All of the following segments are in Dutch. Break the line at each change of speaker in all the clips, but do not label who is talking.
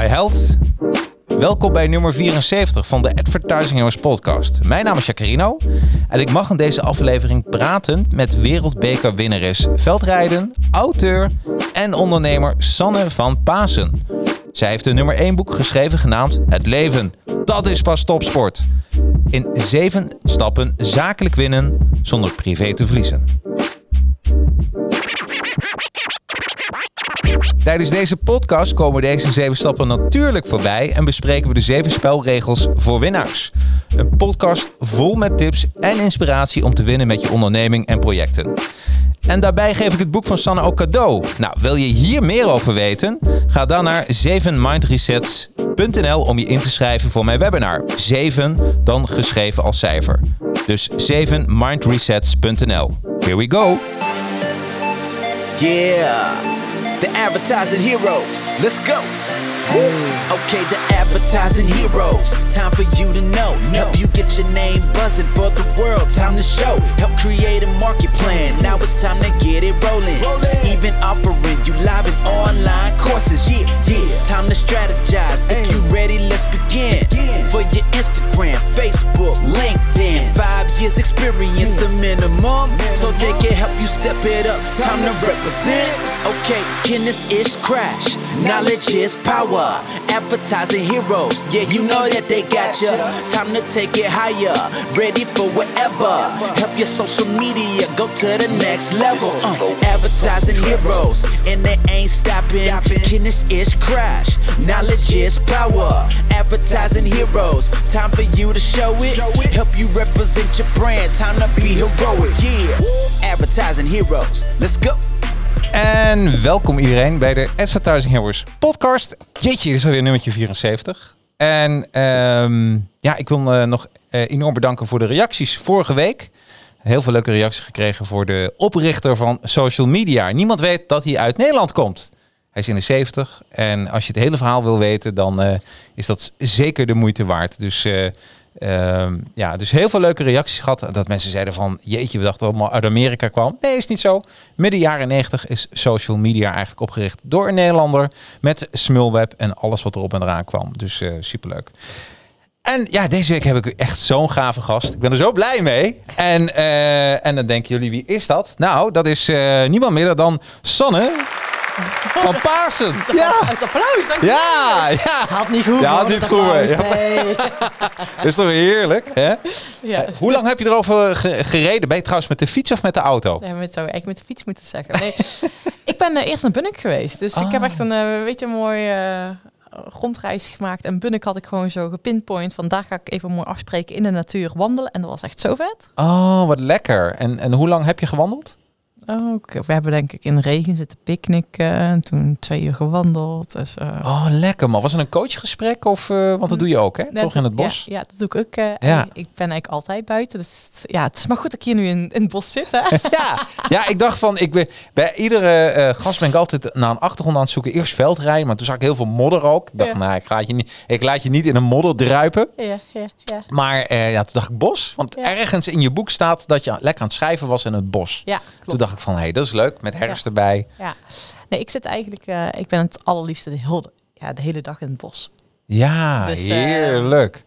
Hi held. Welkom bij nummer 74 van de Advertising Heroes podcast. Mijn naam is Jacarino en ik mag in deze aflevering praten met wereldbekerwinnares veldrijden, auteur en ondernemer Sanne van Paasen. Zij heeft een nummer 1 boek geschreven genaamd Het leven, dat is pas topsport. In 7 stappen zakelijk winnen zonder privé te verliezen. Tijdens deze podcast komen deze 7 stappen natuurlijk voorbij en bespreken we de 7 spelregels voor winnaars. Een podcast vol met tips en inspiratie om te winnen met je onderneming en projecten. En daarbij geef ik het boek van Sanne ook cadeau. Nou, wil je hier meer over weten? Ga dan naar 7mindresets.nl om je in te schrijven voor mijn webinar. 7 dan geschreven als cijfer. Dus 7mindresets.nl. Here we go!
Yeah, the advertising heroes. Let's go. Okay, the advertising heroes. Time for you to know. Help you get your name buzzing for the world. Time to show. Help create a market plan. Now it's time to get it rolling. Even offering you live and online courses. Yeah. Time to strategize. If you ready, let's begin. For your Instagram, Facebook, LinkedIn. 5 years experience, the minimum. So they can help you step it up. Time to represent. Okay, Guinness is crash. Knowledge is power. Advertising heroes, yeah, you know that they got ya. Time to take it higher, ready for whatever. Help your social media go to the next level. Advertising heroes, and they ain't stopping. Guinness is crash, knowledge is power. Advertising heroes, time for you to show it. Help you represent your brand, time to be heroic, yeah. Advertising heroes, let's go.
En welkom iedereen bij de Advertising Heroes podcast. Jeetje, dit is alweer nummertje 74. En ik wil nog enorm bedanken voor de reacties vorige week. Heel veel leuke reacties gekregen voor de oprichter van social media. Niemand weet dat hij uit Nederland komt. Hij is in de 70 en als je het hele verhaal wil weten, dan is dat zeker de moeite waard. Dus heel veel leuke reacties gehad. Dat mensen zeiden van, jeetje, we dachten allemaal uit Amerika kwam. Nee, is niet zo. Midden jaren 90 is social media eigenlijk opgericht door een Nederlander. Met Smulweb en alles wat erop en eraan kwam. Dus superleuk. En ja, deze week heb ik echt zo'n gave gast. Ik ben er zo blij mee. En dan denken jullie, wie is dat? Nou, dat is niemand minder dan Sanne van Paasen.
Ja. Het applaus, dank je.
Ja.
Had niet goed.
Ja, had niet goed.
Nee.
Dat is toch heerlijk, hè?
Ja.
Hoe lang heb je erover gereden? Ben je trouwens met de fiets of met de auto?
Nee, met de fiets moeten zeggen. Nee. Ik ben eerst naar Bunnik geweest. Dus ik heb echt een mooie rondreis gemaakt. En Bunnik had ik gewoon zo gepinpoint. Van daar ga ik even mooi afspreken in de natuur wandelen. En dat was echt zo vet.
Oh, wat lekker. En hoe lang heb je gewandeld?
We hebben denk ik in de regen zitten picknicken en toen 2 uur gewandeld. Dus,
lekker man. Was het een coachgesprek of want dat doe je ook, hè? Toch in het bos?
Ja, dat doe ik ook. Ik ben eigenlijk altijd buiten. Dus het is maar goed dat ik hier nu in het bos zit. Hè?
Ja, ik dacht van, bij iedere gast ben ik altijd naar een achtergrond aan het zoeken. Eerst veldrijden, maar toen zag ik heel veel modder ook. Ik dacht, ik laat je niet in een modder druipen. Ja. Maar toen dacht ik bos. Want ergens in je boek staat dat je lekker aan het schrijven was in het bos. Ja, klopt. Toen dacht ik van, dat is leuk, met herfst erbij.
Ja. Nee, ik zit eigenlijk, ik ben het allerliefste de hele dag in het bos.
Ja, dus, heerlijk.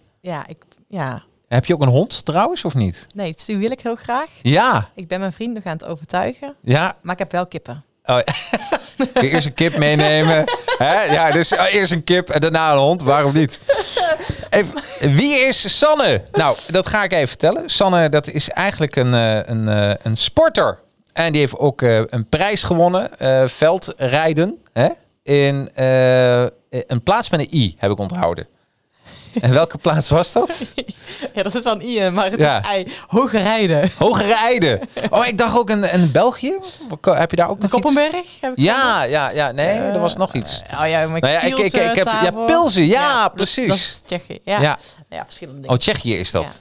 Heb je ook een hond trouwens, of niet?
Nee, die wil ik heel graag.
Ja.
Ik ben mijn vriend nog aan het overtuigen.
Ja.
Maar ik heb wel kippen.
Oh, kun je eerst een kip meenemen? Hè? Ja, dus eerst een kip en daarna een hond. Waarom niet? Even, wie is Sanne? Nou, dat ga ik even vertellen. Sanne, dat is eigenlijk een sporter. En die heeft ook een prijs gewonnen. Veldrijden. Hè? In een plaats met een I, heb ik onthouden. En welke plaats was dat?
Ja, dat is wel een I, maar het is I. Hogerijden.
Hogerijden. Oh, ik dacht ook in België. Heb je daar ook nog
Koppenberg?
iets? Ja. Nee, er was nog iets.
Ik
heb Pilsen. Ja, precies.
Dat is Tsjechië. Ja, verschillende dingen.
Oh, Tsjechië is dat.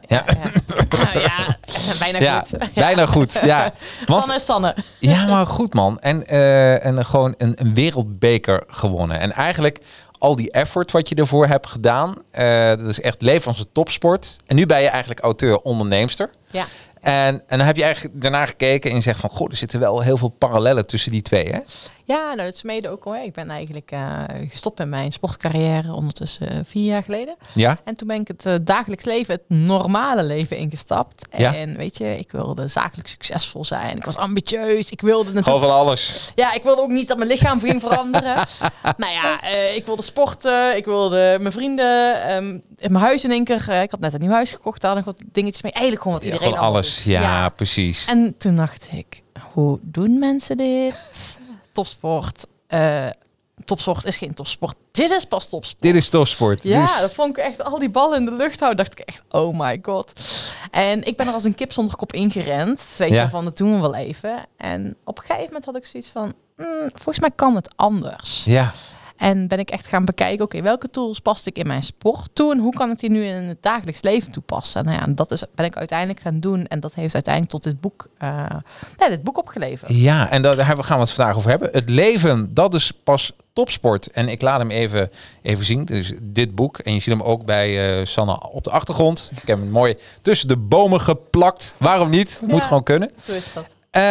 Bijna goed.
Bijna goed, ja.
Sanne.
Ja, maar goed man. En gewoon een wereldbeker gewonnen. En eigenlijk al die effort wat je ervoor hebt gedaan, dat is echt leven als een topsport. En nu ben je eigenlijk auteur-onderneemster.
Ja.
En dan heb je eigenlijk daarna gekeken en je zegt van... Goh, er zitten wel heel veel parallellen tussen die twee, hè?
Ja, nou, dat is mede ook al. Ik ben eigenlijk gestopt met mijn sportcarrière ondertussen 4 jaar geleden.
Ja?
En toen ben ik het dagelijks leven, het normale leven ingestapt.
Ja?
En weet je, ik wilde zakelijk succesvol zijn. Ik was ambitieus. Ik wilde natuurlijk...
Gewoon van alles.
Ja, ik wilde ook niet dat mijn lichaam ging veranderen. Nou ja, ik wilde sporten. Ik wilde mijn vrienden... in mijn huis in één keer... ik had net een nieuw huis gekocht. Daar had ik wat dingetjes mee. Eigenlijk gewoon wat iedereen
gewoon alles.
doet.
Ja, precies.
En toen dacht ik, hoe doen mensen dit? Topsport. Topsport is geen topsport. Dit is pas topsport.
Dit is topsport.
Ja,
Dus-
dat vond ik echt al die ballen in de lucht houden. Dacht ik echt, oh my god. En ik ben er als een kip zonder kop ingerend. Weet
Ja.
je, van dat doen we wel even. En op een gegeven moment had ik zoiets van, volgens mij kan het anders.
Ja.
En ben ik echt gaan bekijken, oké, welke tools past ik in mijn sport toe en hoe kan ik die nu in het dagelijks leven toepassen? Nou ja, dat ben ik uiteindelijk gaan doen en dat heeft uiteindelijk tot dit boek opgeleverd.
Ja, en daar gaan we het vandaag over hebben. Het leven, dat is pas topsport. En ik laat hem even zien. Dus dit boek. En je ziet hem ook bij Sanne op de achtergrond. Ik heb hem mooi tussen de bomen geplakt. Waarom niet? Moet
Ja.
gewoon kunnen.
Zo is dat.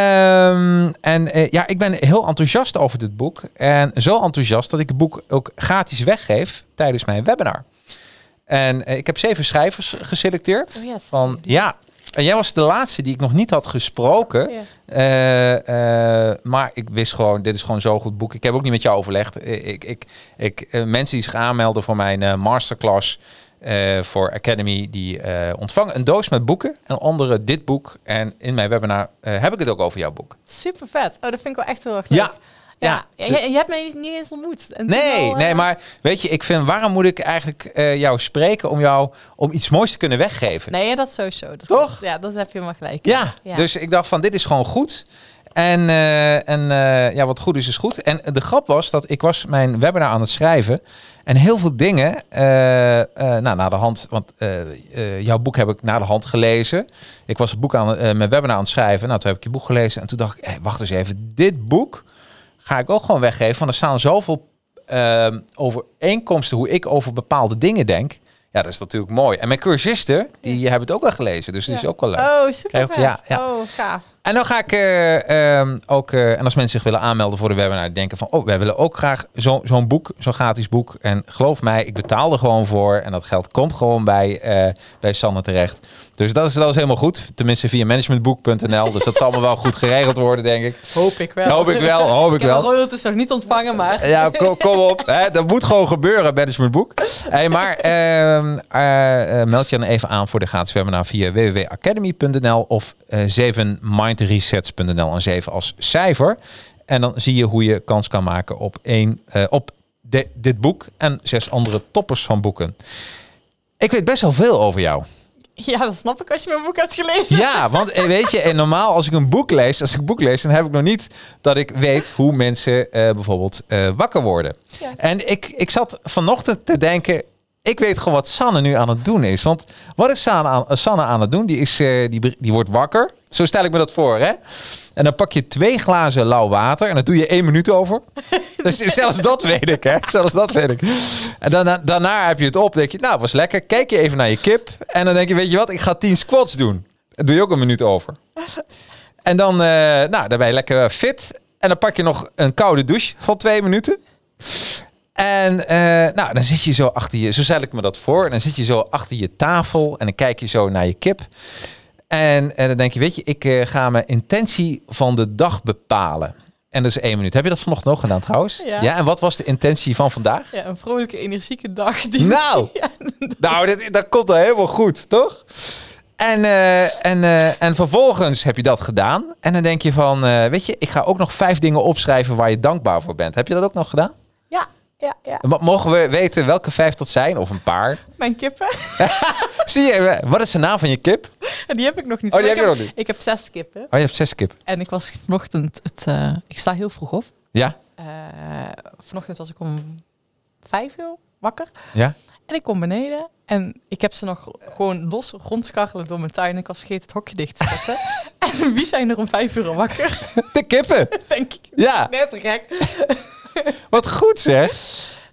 Ik ben heel enthousiast over dit boek. En zo enthousiast dat ik het boek ook gratis weggeef tijdens mijn webinar. En ik heb 7 schrijvers geselecteerd.
Oh yes.
Ja, en jij was de laatste die ik nog niet had gesproken.
Ja.
Maar ik wist gewoon, dit is gewoon zo'n goed boek. Ik heb ook niet met jou overlegd. Mensen die zich aanmelden voor mijn masterclass voor Academy, die ontvangen een doos met boeken. En andere dit boek. En in mijn webinar heb ik het ook over jouw boek.
Super vet. Oh, dat vind ik wel echt heel erg leuk.
Ja.
Je hebt mij niet eens ontmoet. En toen al,
Nee, maar weet je, ik vind, waarom moet ik eigenlijk jou spreken om iets moois te kunnen weggeven?
Nee, dat sowieso. Dat
Toch?
klopt. Ja, dat heb je maar gelijk.
Ja, dus ik dacht van, dit is gewoon goed. En wat goed is goed. En de grap was dat ik was mijn webinar aan het schrijven. En heel veel dingen, na de hand, want jouw boek heb ik na de hand gelezen. Ik was het boek mijn webinar aan het schrijven. Nou, toen heb ik je boek gelezen. En toen dacht ik, wacht eens even, dit boek ga ik ook gewoon weggeven. Want er staan zoveel overeenkomsten hoe ik over bepaalde dingen denk. Ja, dat is natuurlijk mooi. En mijn cursisten, die hebben het ook wel gelezen. Dus dat is ook wel leuk.
Oh, super vet.
Ja.
Oh, gaaf.
En dan ga ik en als mensen zich willen aanmelden voor de webinar, denken van, wij willen ook graag zo'n boek, zo'n gratis boek. En geloof mij, ik betaal er gewoon voor. En dat geld komt gewoon bij Sanne terecht. Dus dat is helemaal goed. Tenminste via managementboek.nl. Dus dat zal allemaal wel goed geregeld worden, denk ik.
Hoop ik wel.
Hoop ik wel.
Ik heb de royalties nog niet ontvangen, maar...
Ja, kom op. Hè, dat moet gewoon gebeuren, managementboek. Hey, maar meld je dan even aan voor de gratis webinar via www.academy.nl of 7mindresets.nl en 7 als cijfer. En dan zie je hoe je kans kan maken op dit boek en 6 andere toppers van boeken. Ik weet best wel veel over jou.
Ja, dat snap ik als je mijn boek hebt gelezen.
Ja, want weet je, en normaal als ik een boek lees, dan heb ik nog niet dat ik weet hoe mensen bijvoorbeeld wakker worden.
Ja.
En ik zat vanochtend te denken, ik weet gewoon wat Sanne nu aan het doen is. Want wat is Sanne aan het doen? Die wordt wakker. Zo stel ik me dat voor, hè? En dan pak je 2 glazen lauw water en dan doe je 1 minuut over. Dus zelfs dat weet ik, hè? Zelfs dat weet ik. En daarna heb je het op, denk je, nou, was lekker. Kijk je even naar je kip en dan denk je, weet je wat? Ik ga 10 squats doen. Dan doe je ook 1 minuut over. En dan ben je lekker fit. En dan pak je nog een koude douche van 2 minuten. En dan zit je zo achter zo stel ik me dat voor. En dan zit je zo achter je tafel en dan kijk je zo naar je kip. En dan denk je, weet je, ik ga mijn intentie van de dag bepalen. En dat is 1 minuut. Heb je dat vanochtend nog gedaan trouwens?
Ja.
En wat was de intentie van vandaag?
Ja, een vrolijke, energieke dag.
Nou, dat komt al helemaal goed, toch? En vervolgens heb je dat gedaan. En dan denk je van, weet je, ik ga ook nog 5 dingen opschrijven waar je dankbaar voor bent. Heb je dat ook nog gedaan?
Ja.
Mogen we weten welke 5 dat zijn? Of een paar?
Mijn kippen.
Zie je, wat is de naam van je kip?
Die heb ik nog niet.
Oh, die heb je nog niet?
Ik heb 6 kippen.
Oh, je hebt 6 kip.
En ik was vanochtend... ik sta heel vroeg op.
Ja?
Vanochtend was ik om 5 uur wakker.
Ja?
En ik kom beneden. En ik heb ze nog gewoon los rondscharrelen door mijn tuin. En ik was vergeten het hokje dicht te zetten. En wie zijn er om 5 uur wakker?
De kippen.
Denk ik.
Ja.
Net te gek.
Wat goed zeg.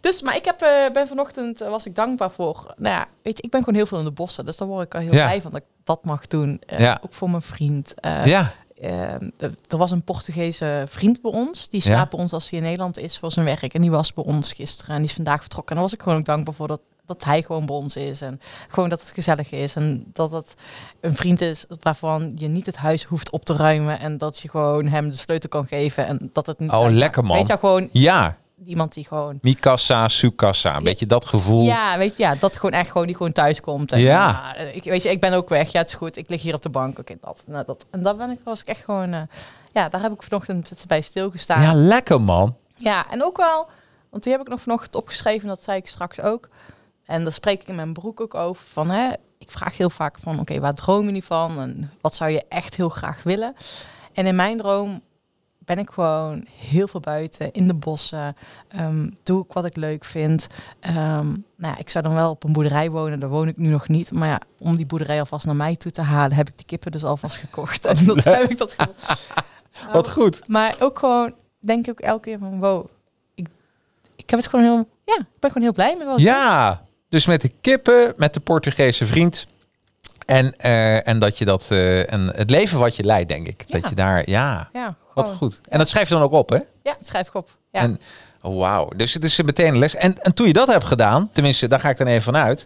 Dus, maar ik ben vanochtend, was ik dankbaar voor. Nou ja, weet je, ik ben gewoon heel veel in de bossen. Dus daar word ik al heel blij van dat ik dat mag doen. Ook voor mijn vriend. Er was een Portugese vriend bij ons. Die slaapt bij ons als hij in Nederland is voor zijn werk. En die was bij ons gisteren en die is vandaag vertrokken. En daar was ik gewoon ook dankbaar voor dat hij gewoon bij ons is. En gewoon dat het gezellig is. En dat het een vriend is waarvan je niet het huis hoeft op te ruimen. En dat je gewoon hem de sleutel kan geven. En dat het niet...
lekker man.
Weet je, gewoon...
Ja.
Iemand die gewoon...
Mikasa, Sukasa. Een beetje dat gevoel.
Ja, weet je, dat gewoon echt gewoon die gewoon thuis komt. En, ik ben ook weg. Ja, het is goed. Ik lig hier op de bank. Oké, dat. En dat was ik echt gewoon... daar heb ik vanochtend bij stilgestaan.
Ja, lekker man.
Ja, en ook wel... Want die heb ik nog vanochtend opgeschreven. Dat zei ik straks ook. En daar spreek ik in mijn broek ook over. Van, ik vraag heel vaak van... Oké, waar droom je niet van? En wat zou je echt heel graag willen? En in mijn droom... ben ik gewoon heel veel buiten, in de bossen. Doe ik wat ik leuk vind. Ik zou dan wel op een boerderij wonen. Daar woon ik nu nog niet. Maar ja, om die boerderij alvast naar mij toe te halen... heb ik die kippen dus alvast gekocht. En dat heb ik dat gewoon...
Wat goed.
Maar ook gewoon, denk ik ook elke keer van... wow, ik heb het gewoon heel... Ja, ik ben gewoon heel blij met wat ik doe.
Dus met de kippen, met de Portugese vriend... En dat je dat... en het leven wat je leidt, denk ik. Dat je daar... Ja, wat goed. En dat schrijf je dan ook op, hè?
Ja, dat schrijf ik op. Ja.
En wauw. Dus het is meteen een les. En toen je dat hebt gedaan... Tenminste, daar ga ik dan even vanuit.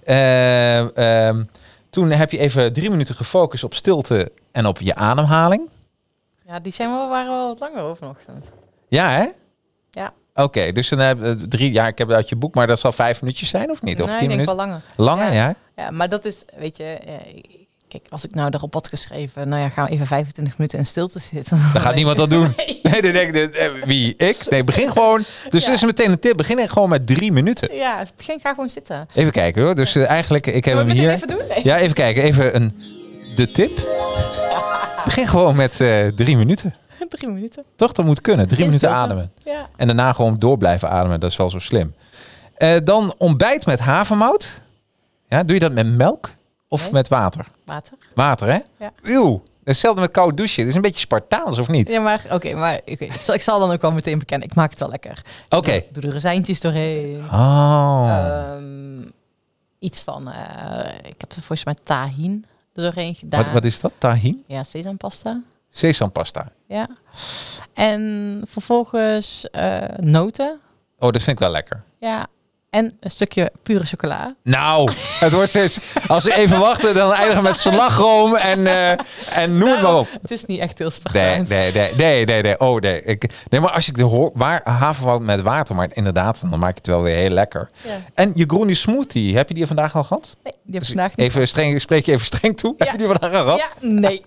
Toen heb je even 3 minuten gefocust op stilte... en op je ademhaling.
Ja, die waren wel wat langer over vanochtend.
Ja, hè?
Ja.
Oké, dus dan heb je 3... Ja, ik heb het uit je boek... maar dat zal 5 minuutjes zijn, of niet?
Nee,
of 10 minuten?
Ik denk wel langer.
Langer, ja?
Ja, maar dat is, weet je... Kijk, als ik nou daarop had geschreven... Nou ja, gaan we even 25 minuten in stilte zitten.
Dan gaat niemand dat doen. Nee, dan denk ik... Wie? Ik? Nee, begin gewoon... Dus dit is meteen een tip. Begin gewoon met 3 minuten.
Ja, ga gewoon zitten.
Even kijken hoor. Dus eigenlijk... Ik heb hem hier.
Even doen? Nee.
Ja, even kijken. Even de tip. Begin gewoon met 3 minuten.
3 minuten.
Toch? Dat moet kunnen. 3 minuten ademen.
Ja.
En daarna gewoon door blijven ademen. Dat is wel zo slim. Dan ontbijt met havermout. Ja, doe je dat met melk of met water?
Water.
Water, hè?
Ja.
Uw. Hetzelfde met koud douchen. Het is een beetje Spartaans, of niet?
Ja, maar oké. Ik zal dan ook wel meteen bekennen. Ik maak het wel lekker.
Oké.
Doe er rozijntjes doorheen.
Oh.
Iets van... ik heb er volgens mij tahin er doorheen gedaan.
Wat is dat? Tahin?
Ja, sesampasta.
Sesampasta.
Ja. En vervolgens noten.
Oh, dat vind ik wel lekker.
Ja. En een stukje pure chocola.
Nou, het wordt steeds... Als we even wachten, dan eindigen we met slagroom en noem het maar op.
Het is niet echt heel Spartaans.
Nee. Oh, nee. Nee, maar als ik de hoor... Havermout met water, maar inderdaad, dan maak je het wel weer heel lekker. Ja. En je groene smoothie, heb je die vandaag al gehad?
Nee, die heb ik vandaag niet.
Spreek je even streng toe? Ja. Heb je die vandaag al gehad?
Ja, nee.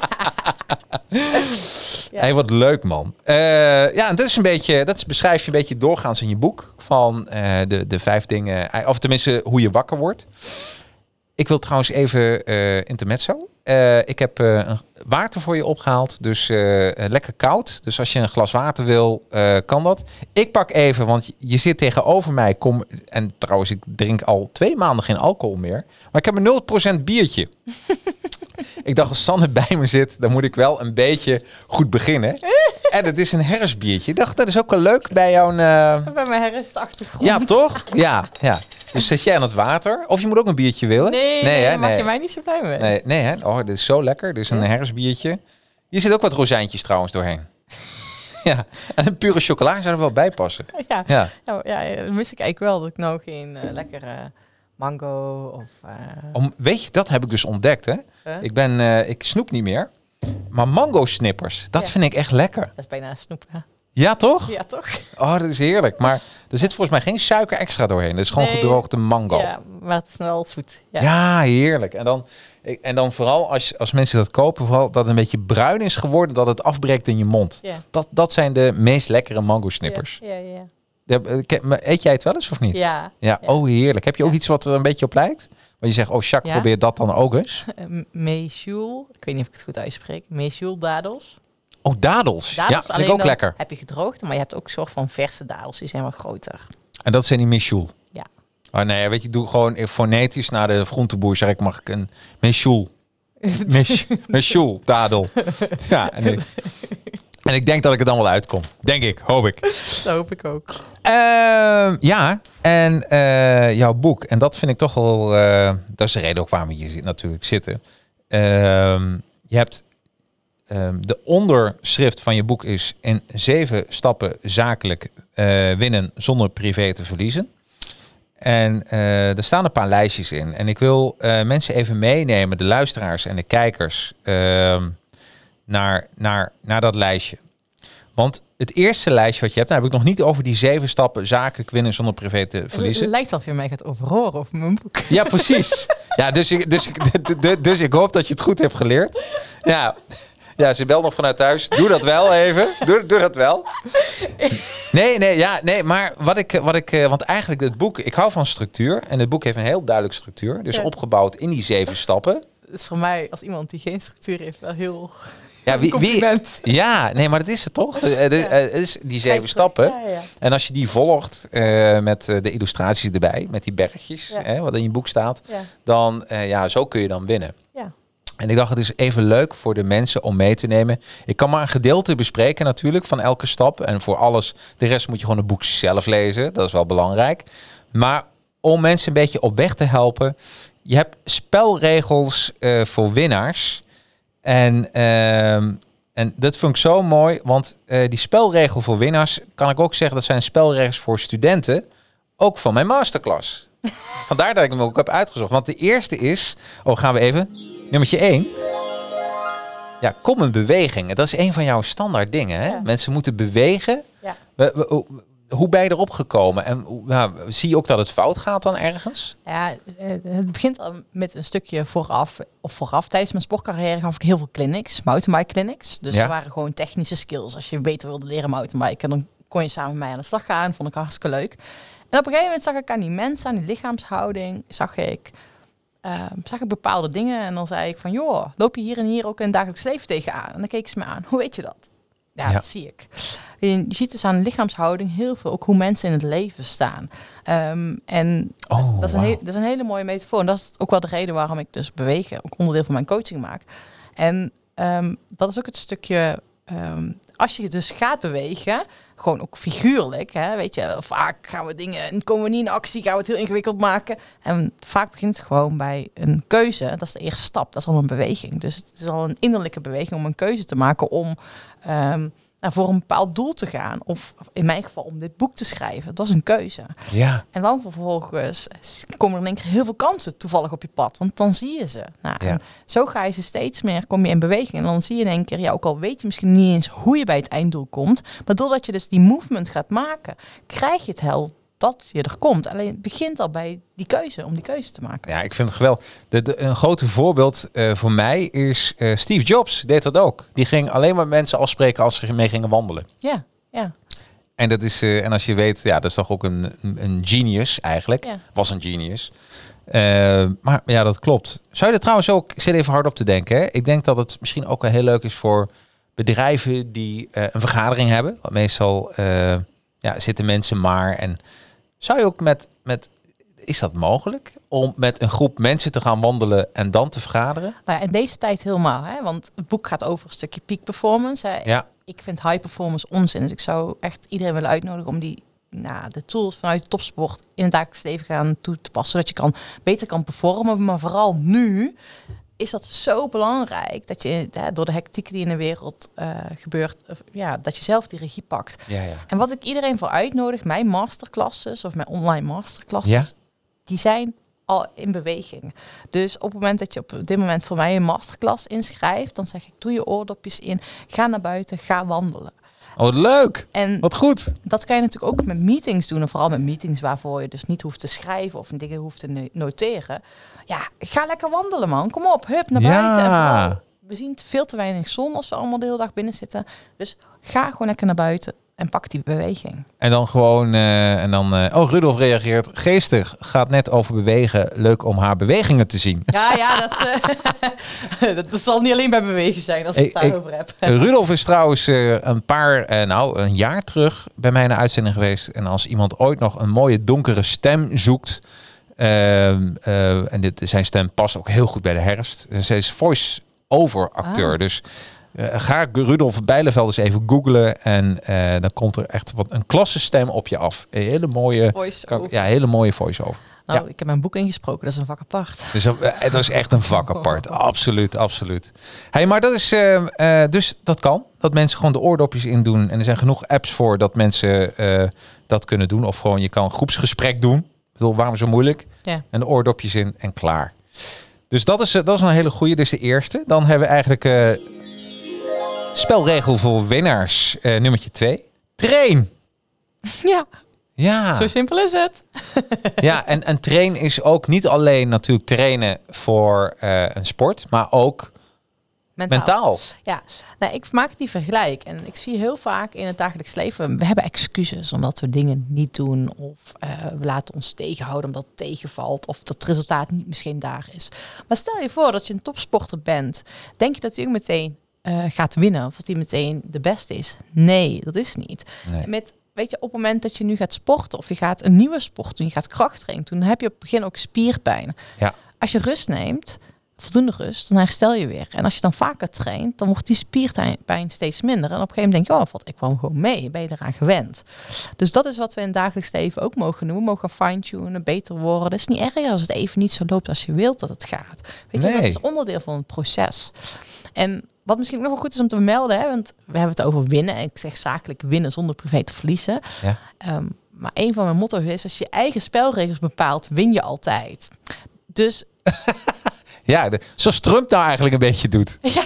Ja. Hey, wat leuk, man. En dat is een beetje, beschrijf je een beetje doorgaans in je boek van de 5 dingen, of tenminste hoe je wakker wordt. Ik wil trouwens even intermezzo. Ik heb water voor je opgehaald, dus lekker koud. Dus als je een glas water wil, kan dat. Ik pak even, want je zit tegenover mij. En trouwens, ik drink al 2 maanden geen alcohol meer. Maar ik heb een 0% biertje. Ik dacht, als Sanne bij me zit, dan moet ik wel een beetje goed beginnen. En het is een herfstbiertje. Ik dacht, dat is ook wel leuk bij jouw...
Bij mijn herfstachtergrond.
Ja, toch? Ja. Dus zet jij aan het water? Of je moet ook een biertje willen?
Nee, daar maak je mij niet zo blij mee.
Nee, hè? Oh, dit is zo lekker. Dit is een herfstbiertje. Hier zit ook wat rozijntjes trouwens doorheen. Ja, en een pure chocola zou er wel bij passen.
Ja, dan mis ik eigenlijk wel dat ik nou geen lekkere... mango of...
Weet je, dat heb ik dus ontdekt, hè? Ik snoep niet meer. Maar mango snippers, dat vind ik echt lekker. Dat
is bijna snoep, hè?
Ja, toch?
Ja, toch?
Oh, dat is heerlijk. Maar er zit volgens mij geen suiker extra doorheen. Dat is gewoon gedroogde mango.
Ja, maar het is wel zoet.
Ja, heerlijk. En dan vooral als mensen dat kopen, vooral dat het een beetje bruin is geworden, dat het afbreekt in je mond. Ja. Dat zijn de meest lekkere mango snippers.
Ja.
Eet jij het wel eens of niet?
Ja.
Oh, heerlijk. Heb je ook iets wat er een beetje op lijkt? Maar je zegt, oh Jacques, probeer dat dan ook eens.
Mechoul. Ik weet niet of ik het goed uitspreek. Mechoul dadels.
Oh, dadels. Ja, vind ik ook lekker.
Heb je gedroogd, maar je hebt ook een soort van verse dadels. Die zijn wat groter.
En dat zijn die mechoul?
Ja.
Oh nee, weet je, doe gewoon fonetisch naar de groenteboer. Zeg ik, mag ik een mechoul? Mechoul, dadel. Ja, En ik denk dat ik er dan wel uitkom. Denk ik, hoop ik.
Dat hoop ik ook.
Ja, en jouw boek. En dat vind ik toch wel... dat is de reden ook waarom we hier natuurlijk zitten. Je hebt... de onderschrift van je boek is in 7 stappen zakelijk winnen zonder privé te verliezen. En er staan een paar lijstjes in. En ik wil mensen even meenemen, de luisteraars en de kijkers, naar dat lijstje. Want het eerste lijstje wat je hebt, daar heb ik nog niet over die 7 stappen zakelijk winnen zonder privé te verliezen.
Het lijkt alsof je mij gaat overhoren over mijn boek.
Ja, precies. Ja, dus ik hoop dat je het goed hebt geleerd. Ja, ze belt nog vanuit thuis. Doe dat wel even. Doe dat wel. Nee, maar want eigenlijk het boek, ik hou van structuur. En het boek heeft een heel duidelijk structuur. Dus opgebouwd in die 7 stappen.
Het is voor mij, als iemand die geen structuur heeft, wel heel...
Ja, compliment. Ja, nee, maar dat is het toch? Het is die 7 stappen.
Ja.
En als je die volgt met de illustraties erbij, met die bergjes, wat in je boek staat, dan, zo kun je dan winnen.
Ja.
En ik dacht, het is even leuk voor de mensen om mee te nemen. Ik kan maar een gedeelte bespreken natuurlijk van elke stap. En voor alles, de rest moet je gewoon het boek zelf lezen. Dat is wel belangrijk. Maar om mensen een beetje op weg te helpen. Je hebt spelregels voor winnaars. En dat vind ik zo mooi. Want die spelregel voor winnaars, kan ik ook zeggen, dat zijn spelregels voor studenten. Ook van mijn masterclass. Vandaar dat ik hem ook heb uitgezocht. Want de eerste is, gaan we even... Nummertje 1. Ja, kom in beweging. Dat is een van jouw standaard dingen. Hè? Ja. Mensen moeten bewegen. Ja. Hoe ben je erop gekomen? En zie je ook dat het fout gaat dan ergens?
Ja, het begint al met een stukje vooraf. Tijdens mijn sportcarrière gaf ik heel veel clinics, mountainbike clinics. Dus er waren gewoon technische skills. Als je beter wilde leren mountainbiken, dan kon je samen met mij aan de slag gaan. Vond ik hartstikke leuk. En op een gegeven moment zag ik aan die mensen, aan die lichaamshouding, zag ik bepaalde dingen en dan zei ik van, joh, loop je hier en hier ook in het dagelijks leven tegenaan? En dan keek ze me aan, hoe weet je dat? Ja, dat zie ik. Je ziet dus aan de lichaamshouding heel veel ook hoe mensen in het leven staan. Dat is een hele mooie metafoor. En dat is ook wel de reden waarom ik dus bewegen, ook onderdeel van mijn coaching maak. En dat is ook het stukje, als je dus gaat bewegen, gewoon ook figuurlijk, hè, weet je, vaak gaan we dingen, komen we niet in actie, gaan we het heel ingewikkeld maken. En vaak begint het gewoon bij een keuze. Dat is de eerste stap, dat is al een beweging. Dus het is al een innerlijke beweging om een keuze te maken om voor een bepaald doel te gaan. Of in mijn geval om dit boek te schrijven. Dat is een keuze. Ja. En dan vervolgens komen er in één keer heel veel kansen toevallig op je pad. Want dan zie je ze. En zo ga je ze steeds meer, kom je in beweging. En dan zie je in één keer, ook al weet je misschien niet eens hoe je bij het einddoel komt. Maar doordat je dus die movement gaat maken, krijg je het hel dat je er komt. Alleen het begint al bij die keuze, om die keuze te maken. Ja,
ik vind het geweldig. Een grote voorbeeld voor mij is Steve Jobs deed dat ook. Die ging alleen maar mensen afspreken als ze mee gingen wandelen.
Ja.
En dat is, en als je weet, dat is toch ook een genius eigenlijk. Ja. Was een genius. Maar ja, dat klopt. Zou je er trouwens ook, ik zit even hard op te denken. Hè? Ik denk dat het misschien ook wel heel leuk is voor bedrijven die een vergadering hebben. Want meestal zitten mensen maar. En zou je ook met is dat mogelijk om met een groep mensen te gaan wandelen en dan te vergaderen?
Nou ja, in deze tijd helemaal, hè? Want het boek gaat over een stukje peak performance. Hè? Ja. Ik vind high performance onzin. Dus ik zou echt iedereen willen uitnodigen om de tools vanuit de topsport in het dagelijks leven gaan toe te passen. Zodat je beter kan performen. Maar vooral nu is dat zo belangrijk dat je door de hectiek die in de wereld gebeurt, dat je zelf die regie pakt. Ja. En wat ik iedereen voor uitnodig, mijn masterclasses of mijn online masterclasses, die zijn al in beweging. Dus op het moment dat je op dit moment voor mij een masterclass inschrijft, dan zeg ik, doe je oordopjes in, ga naar buiten, ga wandelen.
Oh, leuk. En wat goed.
Dat kan je natuurlijk ook met meetings doen. En vooral met meetings waarvoor je dus niet hoeft te schrijven of dingen hoeft te noteren. Ja, ga lekker wandelen, man. Kom op, hup, naar buiten. En vooral, we zien veel te weinig zon als we allemaal de hele dag binnen zitten. Dus ga gewoon lekker naar buiten en pak die beweging. En dan
gewoon, Rudolf reageert geestig. Gaat net over bewegen. Leuk om haar bewegingen te zien.
Ja, dat zal niet alleen bij bewegen zijn als ik het daarover heb.
Rudolf is trouwens een jaar terug bij mij in de uitzending geweest. En als iemand ooit nog een mooie donkere stem zoekt, zijn stem past ook heel goed bij de herfst. Zij is voice-over acteur. Dus Ga Rudolf Bijleveld eens even googlen. En dan komt er echt een klassenstem op je af. Een hele mooie
Voice-over.
hele mooie voice-over.
Nou, ik heb mijn boek ingesproken. Dat is een vak apart.
Dus dat is echt een vak apart. Absoluut. Hey, maar dat is dus dat kan. Dat mensen gewoon de oordopjes in doen. En er zijn genoeg apps voor dat mensen dat kunnen doen. Of gewoon je kan een groepsgesprek doen. Ik bedoel, waarom zo moeilijk?
Ja.
En de oordopjes in en klaar. Dus dat is een hele goede. Dus de eerste. Dan hebben we eigenlijk spelregel voor winnaars. Nummertje 2. Train. Ja.
Zo simpel is het.
Ja, en trainen is ook niet alleen natuurlijk trainen voor een sport, maar ook mentaal.
Ja, nou, ik maak die vergelijk. En ik zie heel vaak in het dagelijks leven, we hebben excuses omdat we dingen niet doen. Of we laten ons tegenhouden omdat het tegenvalt. Of dat het resultaat niet misschien daar is. Maar stel je voor dat je een topsporter bent. Denk je dat hij ook meteen gaat winnen? Of dat hij meteen de beste is? Nee, dat is niet.
Nee.
Weet je, op het moment dat je nu gaat sporten of je gaat een nieuwe sport doen, je gaat krachttraining doen, dan heb je op het begin ook spierpijn.
Ja.
Als je rust neemt, voldoende rust, dan herstel je weer. En als je dan vaker traint, dan wordt die spierpijn steeds minder. En op een gegeven moment denk je, valt ik kwam gewoon mee. Ben je eraan gewend? Dus dat is wat we in het dagelijks leven ook mogen doen. We mogen fine-tunen, beter worden. Het is niet erg als het even niet zo loopt als je wilt dat het gaat. Weet je, dat is onderdeel van het proces. En wat misschien ook nog wel goed is om te vermelden, want we hebben het over winnen. En ik zeg zakelijk winnen zonder privé te verliezen.
Ja.
Maar een van mijn motto's is, als je eigen spelregels bepaalt, win je altijd. Dus...
Ja, zoals Trump nou eigenlijk een beetje doet.
Ja.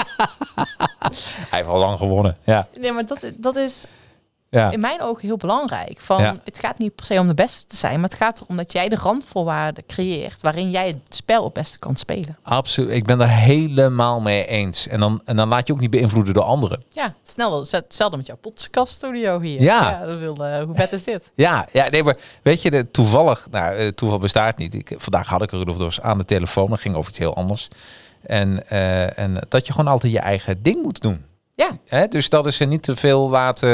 Hij heeft al lang gewonnen. Ja.
Nee, maar dat is in mijn ogen heel belangrijk. Het gaat niet per se om de beste te zijn, maar het gaat erom dat jij de randvoorwaarden creëert waarin jij het spel het beste kan spelen.
Absoluut. Ik ben daar helemaal mee eens. En dan laat je ook niet beïnvloeden door anderen.
Ja, hetzelfde met jouw podcaststudio hier.
Ja.
Hoe vet is dit?
Ja, nee, maar weet je, toeval bestaat niet. Vandaag had ik Rudolf Dos aan de telefoon. Dat ging over iets heel anders. En dat je gewoon altijd je eigen ding moet doen.
Ja.
Dus dat is er niet te veel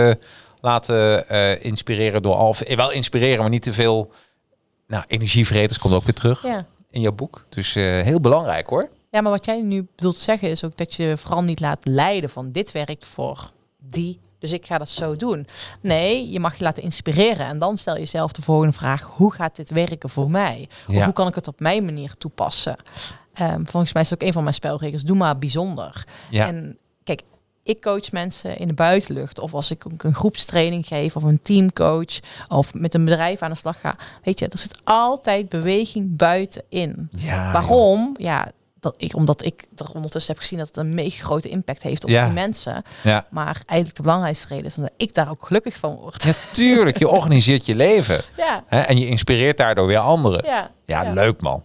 laten inspireren door wel inspireren, maar niet te veel energievreters komt ook weer terug in jouw boek. Dus heel belangrijk hoor.
Ja, maar wat jij nu bedoelt te zeggen is ook dat je vooral niet laat leiden van dit werkt voor die, dus ik ga dat zo doen. Nee, je mag je laten inspireren en dan stel je jezelf de volgende vraag: hoe gaat dit werken voor mij? Of hoe kan ik het op mijn manier toepassen? Volgens mij is het ook een van mijn spelregels: doe maar bijzonder.
Ja.
En kijk, ik coach mensen in de buitenlucht. Of als ik een groepstraining geef of een teamcoach of met een bedrijf aan de slag ga. Weet je, er zit altijd beweging buitenin.
Ja,
waarom? Ja, omdat ik er ondertussen heb gezien dat het een mega grote impact heeft op die mensen. Ja. Maar eigenlijk de belangrijkste reden is omdat ik daar ook gelukkig van word.
Natuurlijk, je organiseert je leven.
Ja.
En je inspireert daardoor weer anderen. Ja, leuk man.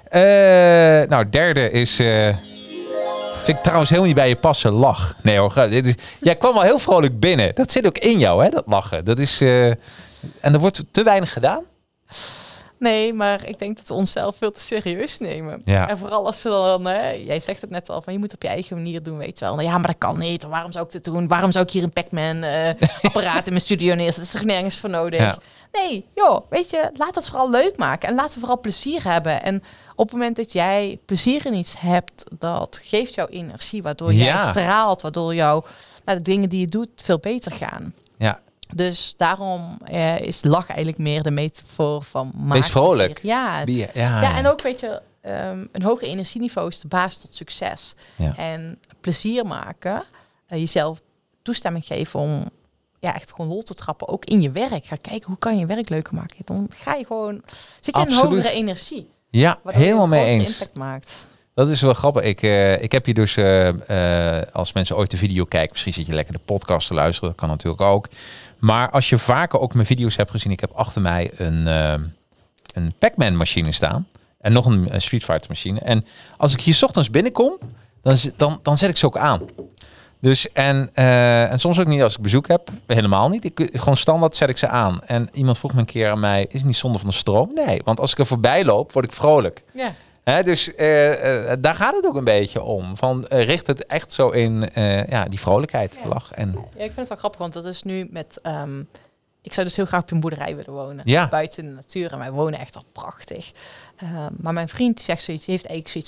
Derde is... vind ik trouwens helemaal niet bij je passen, lach. Nee hoor, jij kwam al heel vrolijk binnen. Dat zit ook in jou, hè, dat lachen. Dat is, en er wordt te weinig gedaan.
Nee, maar ik denk dat we onszelf veel te serieus nemen.
Ja.
En vooral als ze dan, jij zegt het net al, van je moet het op je eigen manier doen, weet je wel. Nou, ja, maar dat kan niet. Waarom zou ik dit doen? Waarom zou ik hier een Pac-Man apparaat in mijn studio neerzetten? Dat is er nergens voor nodig. Ja. Nee, joh, weet je, laat het vooral leuk maken. En laten we vooral plezier hebben. En op het moment dat jij plezier in iets hebt, dat geeft jou energie, waardoor jij straalt, waardoor de dingen die je doet veel beter gaan. Ja. Dus daarom is lach eigenlijk meer de metafoor van
wees vrolijk.
Ja, en ook weet je, een hoger energieniveau is de basis tot succes. Ja. En plezier maken, jezelf toestemming geven om echt gewoon lol te trappen, ook in je werk. Ga kijken, hoe kan je je werk leuker maken? Dan ga je gewoon, zit je in een hogere energie.
Ja, helemaal mee eens.
Impact maakt.
Dat is wel grappig. Ik heb hier dus, als mensen ooit de video kijken, misschien zit je lekker de podcast te luisteren, dat kan natuurlijk ook. Maar als je vaker ook mijn video's hebt gezien, ik heb achter mij een Pac-Man machine staan en nog een Street Fighter machine. En als ik hier 's ochtends binnenkom, dan zet ik ze ook aan. Dus en soms ook niet als ik bezoek heb, helemaal niet. Gewoon standaard zet ik ze aan. En iemand vroeg me een keer aan mij, is het niet zonde van de stroom? Nee, want als ik er voorbij loop, word ik vrolijk. Ja. Dus daar gaat het ook een beetje om. Richt het echt zo in die vrolijkheid, lach. En...
Ja, ik vind het wel grappig, want dat is nu met... ik zou dus heel graag op een boerderij willen wonen.
Ja.
Buiten in de natuur. En wij wonen echt al prachtig. Maar mijn vriend zegt zoiets, heeft eigenlijk zoiets van...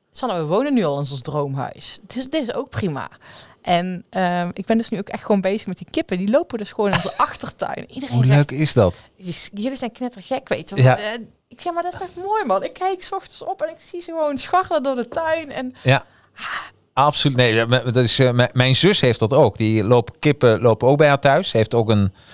Sanne, we wonen nu al in ons droomhuis. Dit is ook prima. En ik ben dus nu ook echt gewoon bezig met die kippen. Die lopen dus gewoon in onze achtertuin. Iedereen
Hoe
zegt,
leuk is dat?
jullie zijn knettergek, weet je.
Ja.
Ik zeg, maar dat is toch mooi, man. Ik kijk 's ochtends op en ik zie ze gewoon scharrelen door de tuin. En
Ja, absoluut. Nee, dat is, mijn zus heeft dat ook. Kippen lopen ook bij haar thuis. Ze heeft ook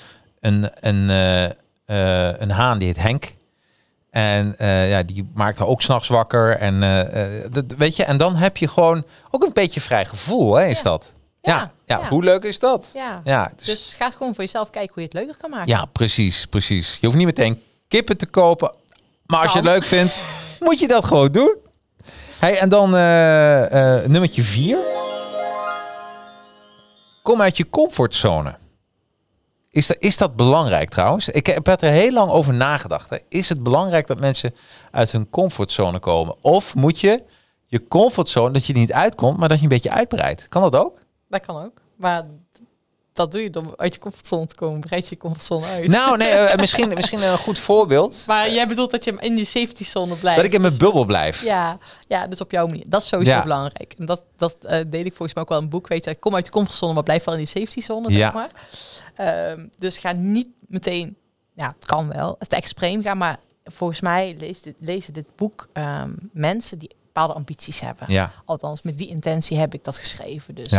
een haan die heet Henk. En die maakt haar ook 's nachts wakker. En weet je, en dan heb je gewoon ook een beetje vrij gevoel, hè, is dat? Ja. Hoe leuk is dat?
Ja. Dus ga gewoon voor jezelf kijken hoe je het leuker kan maken.
Ja, precies. Je hoeft niet meteen kippen te kopen. Maar als je het leuk vindt, moet je dat gewoon doen. Hey, en dan nummertje 4. Kom uit je comfortzone. Is dat belangrijk trouwens? Ik heb er heel lang over nagedacht. Hè. Is het belangrijk dat mensen uit hun comfortzone komen? Of moet je comfortzone, dat je er niet uitkomt, maar dat je een beetje uitbreidt? Kan dat ook?
Dat kan ook. Maar dat doe je door uit je comfortzone te komen. Breid je comfortzone uit.
Nou, nee, misschien een goed voorbeeld.
Maar jij bedoelt dat je in die safety zone blijft.
Dat ik in mijn bubbel blijf.
Ja, dus op jouw manier. Dat is sowieso belangrijk. En dat deed ik volgens mij ook wel in een boek. Weet je, kom uit de comfortzone, maar blijf wel in die safety zone, zeg maar. Dus ga niet meteen, het kan wel, het extreem gaan, maar volgens mij lezen dit boek mensen die bepaalde ambities hebben. Ja. Althans, met die intentie heb ik dat geschreven. Dus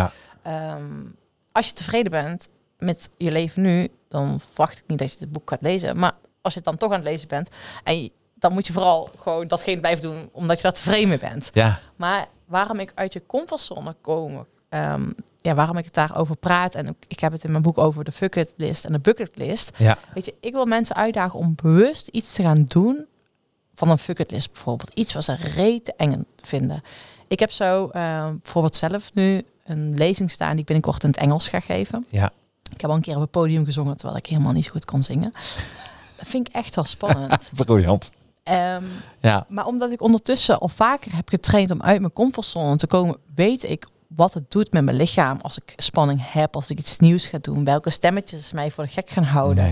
als je tevreden bent met je leven nu, dan verwacht ik niet dat je het boek gaat lezen. Maar als je het dan toch aan het lezen bent, dan moet je vooral gewoon datgene blijven doen, omdat je daar tevreden mee bent. Ja. Maar waarom ik uit je comfortzone kom, waarom ik het daarover praat, en ik heb het in mijn boek over de bucket list en de bucket list. Ja. Weet je, ik wil mensen uitdagen om bewust iets te gaan doen van een bucket list bijvoorbeeld. Iets wat ze rete eng vinden. Ik heb zo bijvoorbeeld zelf nu een lezing staan die ik binnenkort in het Engels ga geven. Ja. Ik heb al een keer op het podium gezongen, terwijl ik helemaal niet zo goed kan zingen. Dat vind ik echt wel spannend.
Briljant.
Maar omdat ik ondertussen al vaker heb getraind om uit mijn comfortzone te komen, weet ik wat het doet met mijn lichaam als ik spanning heb, als ik iets nieuws ga doen, welke stemmetjes mij voor de gek gaan houden.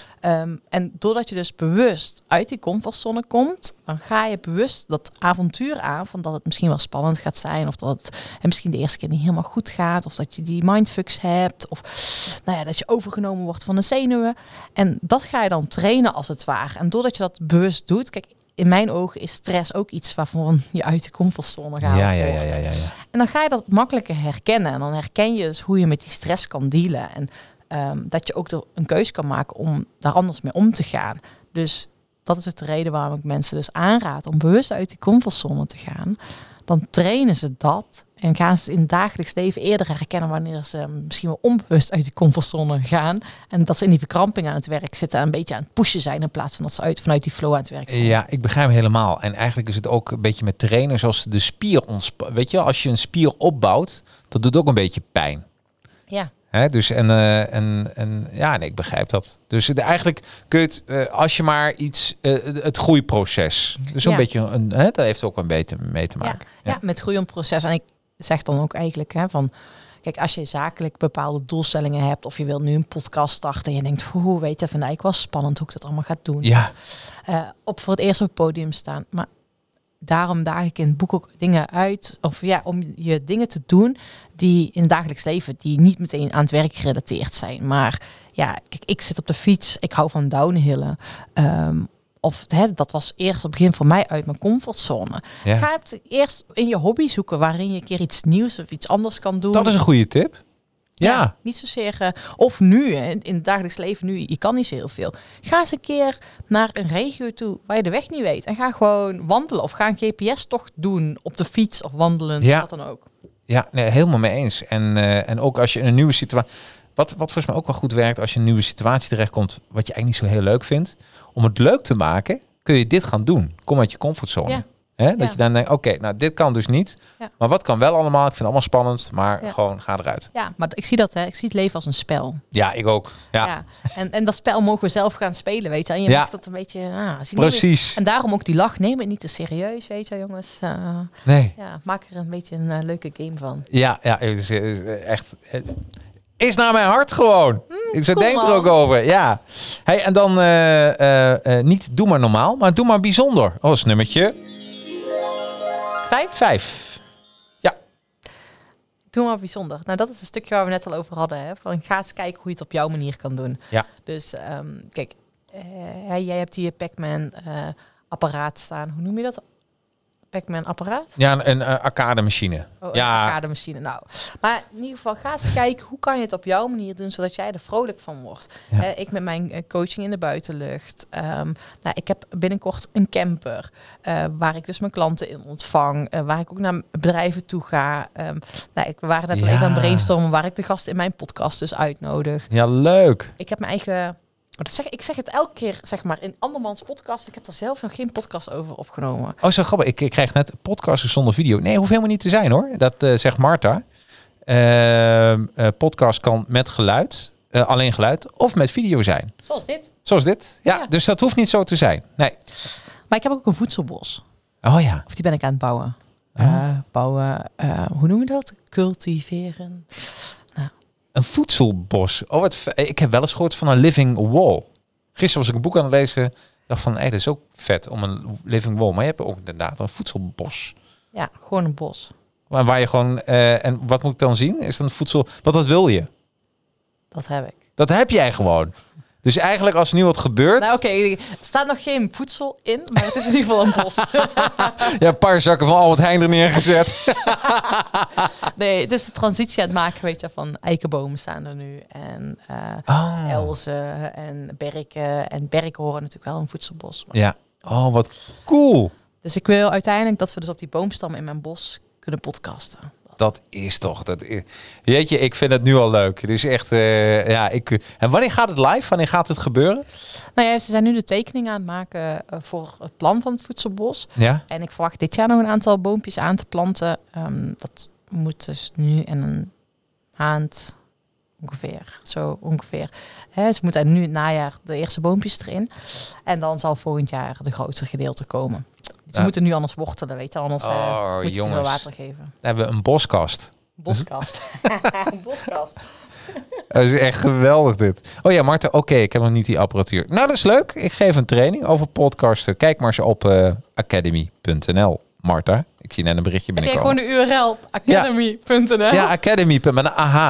En doordat je dus bewust uit die comfortzone komt, dan ga je bewust dat avontuur aan van dat het misschien wel spannend gaat zijn, of dat het misschien de eerste keer niet helemaal goed gaat, of dat je die mindfucks hebt, of dat je overgenomen wordt van de zenuwen. En dat ga je dan trainen als het ware. En doordat je dat bewust doet, kijk, in mijn ogen is stress ook iets waarvan je uit de comfortzone gehaald wordt. Ja. En dan ga je dat makkelijker herkennen. En dan herken je dus hoe je met die stress kan dealen. En dat je ook een keus kan maken om daar anders mee om te gaan. Dus dat is de reden waarom ik mensen dus aanraad om bewust uit die comfortzone te gaan. Dan trainen ze dat en gaan ze in het dagelijks leven eerder herkennen wanneer ze misschien wel onbewust uit die comfortzone gaan. En dat ze in die verkramping aan het werk zitten en een beetje aan het pushen zijn in plaats van dat ze vanuit die flow aan het werk zijn.
Ja, ik begrijp helemaal. En eigenlijk is het ook een beetje met trainen zoals de spier weet je, als je een spier opbouwt, dat doet ook een beetje pijn. Ja. Dus ik begrijp dat. Dus eigenlijk kun je het, als je maar iets, het groeiproces. Dus een beetje, dat heeft ook een beetje mee te maken.
Ja, met groeiproces. En ik zeg dan ook eigenlijk van, kijk, als je zakelijk bepaalde doelstellingen hebt, of je wilt nu een podcast starten en je denkt, weet je, vind ik wel spannend hoe ik dat allemaal ga doen. Ja. Voor het eerst op het podium staan. Maar daarom daag ik in het boek ook dingen uit, om je dingen te doen die in het dagelijks leven, die niet meteen aan het werk gerelateerd zijn. Maar kijk, ik zit op de fiets, ik hou van downhillen. Dat was eerst op het begin voor mij uit mijn comfortzone. Ja. Ga het eerst in je hobby zoeken waarin je een keer iets nieuws of iets anders kan doen.
Dat is een goede tip. Ja.
Niet zozeer, of nu, in het dagelijks leven nu, je kan niet zo heel veel. Ga eens een keer naar een regio toe waar je de weg niet weet. En ga gewoon wandelen of ga een GPS-tocht doen op de fiets of wandelen, wat dan ook.
Ja, helemaal mee eens. En ook als je in een nieuwe situatie, wat volgens mij ook wel goed werkt als je in een nieuwe situatie terechtkomt, wat je eigenlijk niet zo heel leuk vindt. Om het leuk te maken, kun je dit gaan doen. Kom uit je comfortzone. Ja. Dat je dan denkt, oké, dit kan dus niet. Ja. Maar wat kan wel allemaal? Ik vind het allemaal spannend, maar gewoon ga eruit.
Ja, maar ik zie dat, ik zie het leven als een spel.
Ja, ik ook. Ja.
En dat spel mogen we zelf gaan spelen, weet je. En je maakt dat een beetje...
precies.
En daarom ook die lach, neem het niet te serieus, weet je, jongens.
Nee.
Ja, maak er een beetje een leuke game van.
Ja, het is echt... Is naar mijn hart gewoon. Zo denk er ook over. Ja. Hey, en dan niet doe maar normaal, maar doe maar bijzonder. Als nummertje
5?
5.
Doe maar bijzonder. Nou, dat is een stukje waar we net al over hadden. Hè? Van, ga eens kijken hoe je het op jouw manier kan doen.
Ja.
Dus kijk, jij hebt hier Pac-Man apparaat staan. Hoe noem je dat? Pac-Man apparaat?
Ja, een arcade machine.
Oh,
Ja.
Een arcade machine. Nou, maar in ieder geval, ga eens kijken hoe kan je het op jouw manier doen, zodat jij er vrolijk van wordt.
Ja.
Ik met mijn coaching in de buitenlucht. Nou, ik heb binnenkort een camper waar ik dus mijn klanten in ontvang. Waar ik ook naar bedrijven toe ga. Nou, we waren net al even aan het brainstormen waar ik de gasten in mijn podcast dus uitnodig.
Ja, leuk.
Ik heb mijn eigen... Ik zeg het elke keer, zeg maar, in andermans podcast. Ik heb er zelf nog geen podcast over opgenomen.
Oh, zo grappig. Ik krijg net podcasten zonder video. Nee, hoeft helemaal niet te zijn hoor. Dat zegt Marta. Podcast kan met geluid, alleen geluid, of met video zijn.
Zoals dit.
Zoals dit. Ja,
Ja.
dus dat hoeft niet zo te zijn. Nee.
Maar ik heb ook een voedselbos.
Oh ja.
Of die ben ik aan het bouwen. Hoe noem je dat? Cultiveren.
Een voedselbos. Oh, ik heb wel eens gehoord van een living wall. Gisteren was ik een boek aan het lezen. Ik dacht van, dat is ook vet om een living wall. Maar je hebt ook inderdaad een voedselbos.
Ja, gewoon een bos.
Waar je gewoon... en wat moet ik dan zien? Is dat een voedsel... Wat wil je?
Dat heb ik.
Dat heb jij gewoon. Dus eigenlijk als er nu wat gebeurt...
Nou oké, er staat nog geen voedsel in, maar het is in ieder geval een bos.
Ja, een paar zakken van Albert Heijn er neergezet.
Nee, het is de transitie aan het maken, weet je, van eikenbomen staan er nu. En elzen en berken. En berken horen natuurlijk wel in een voedselbos.
Ja. Oh, wat cool.
Dus ik wil uiteindelijk dat we dus op die boomstammen in mijn bos kunnen podcasten.
Dat is toch... Weet je, ik vind het nu al leuk. Het is echt... En wanneer gaat het live? Wanneer gaat het gebeuren?
Nou ja, ze zijn nu de tekening aan het maken voor het plan van het voedselbos.
Ja.
En ik verwacht dit jaar nog een aantal boompjes aan te planten. Dat moet dus nu in een maand ongeveer. Zo ongeveer. Ze moeten nu in het najaar de eerste boompjes erin. En dan zal volgend jaar de grootste gedeelte komen. Ze moeten nu anders wortelen, weet je. Anders moet je te veel water geven.
Dan hebben we een boskast.
Boskast. Een boskast.
Dat is echt geweldig dit. Oh ja, Marta, oké, ik heb nog niet die apparatuur. Nou, dat is leuk. Ik geef een training over podcasten. Kijk maar eens op academy.nl. Marta, ik zie net een berichtje
Heb
binnenkomen.
jij gewoon de URL academy.nl?
Ja, academy. Met een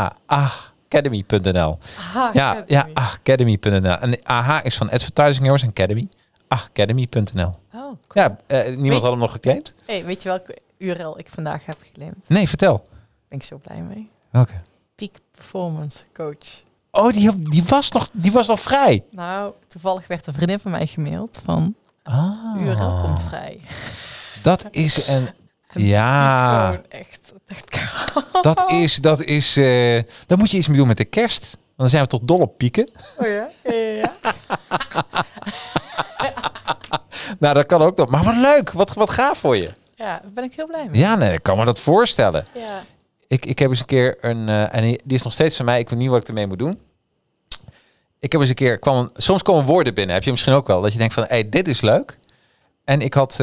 academy.nl. Ja, academy.nl. En AH is van Advertising Heroes Academy. Academy.nl.
Oh, cool.
Ja, niemand had hem nog geclaimd.
Hey, weet je welke URL ik vandaag heb geclaimd?
Nee, vertel.
Daar ben ik zo blij mee.
Welke?
Peak Performance Coach.
Oh, die was nog vrij.
Nou, toevallig werd een vriendin van mij gemaild van URL komt vrij.
Dat is een...
En
Ja.
Het is gewoon echt...
Dat is... Dan moet je iets mee doen met de kerst. Want dan zijn we toch dol op pieken.
Oh ja? Ja.
Nou, dat kan ook nog. Maar wat leuk. Wat gaaf voor je.
Ja, daar ben ik heel blij mee.
Ja, nee, ik kan me dat voorstellen.
Ja.
Ik heb eens een keer een... en die is nog steeds van mij. Ik weet niet wat ik ermee moet doen. Ik heb eens een keer... Soms komen woorden binnen. Heb je misschien ook wel. Dat je denkt van, hey, dit is leuk. En ik had...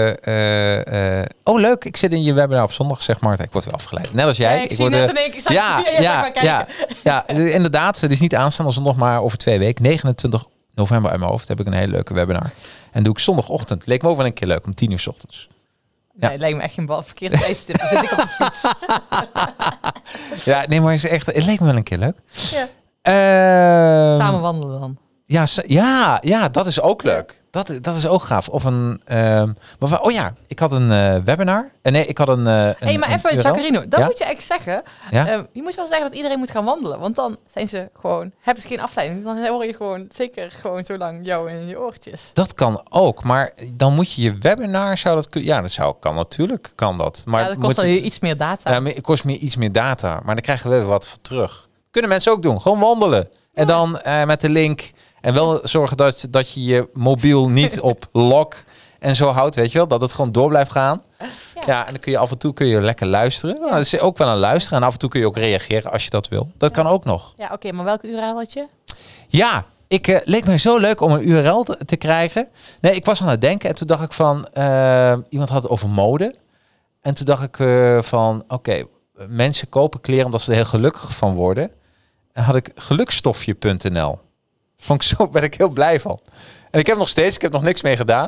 leuk. Ik zit in je webinar op zondag, zeg Marta. Ik word weer afgeleid. Net als jij.
Ja, ik zie net in één keer...
Ja, inderdaad. Het is niet aanstaande zondag, maar over 2 weken. 29 november uit mijn hoofd heb ik een hele leuke webinar. En doe ik zondagochtend. Leek me ook wel een keer leuk, om 10:00 's ochtends.
Nee, het lijkt me echt geen verkeerde tijdstip. Dan zit ik op de fiets.
Ja, nee, maar het leek me wel een keer leuk.
Ja. Samen wandelen dan.
Ja, dat is ook leuk. Dat is ook gaaf. Of een... ik had een webinar. Nee, ik had een...
Maar even, Chacarino, dat
Ja?
moet je echt zeggen.
Ja?
Je moet wel zeggen dat iedereen moet gaan wandelen. Want dan zijn ze gewoon... Hebben ze geen afleiding. Dan hoor je gewoon zeker gewoon zo lang jou in je oortjes.
Dat kan ook, maar dan moet je webinar... kan natuurlijk, kan dat. Maar
Ja, dat kost dan iets meer data.
Ja, het kost meer iets meer data, maar dan krijgen we weer wat voor terug. Kunnen mensen ook doen, gewoon wandelen. En dan met de link... En wel zorgen dat je je mobiel niet op lock en zo houdt, weet je wel. Dat het gewoon door blijft gaan. Ja, en dan kun je af en toe lekker luisteren. Nou, dat is ook wel een luisteren. En af en toe kun je ook reageren als je dat wil. Dat kan ook nog.
Ja, oké, maar welke URL had je?
Ja, leek me zo leuk om een URL te krijgen. Nee, ik was aan het denken en toen dacht ik van... iemand had het over mode. En toen dacht ik oké, mensen kopen kleren omdat ze er heel gelukkig van worden. En had ik gelukstofje.nl. Ben ik heel blij van. En ik heb nog niks mee gedaan.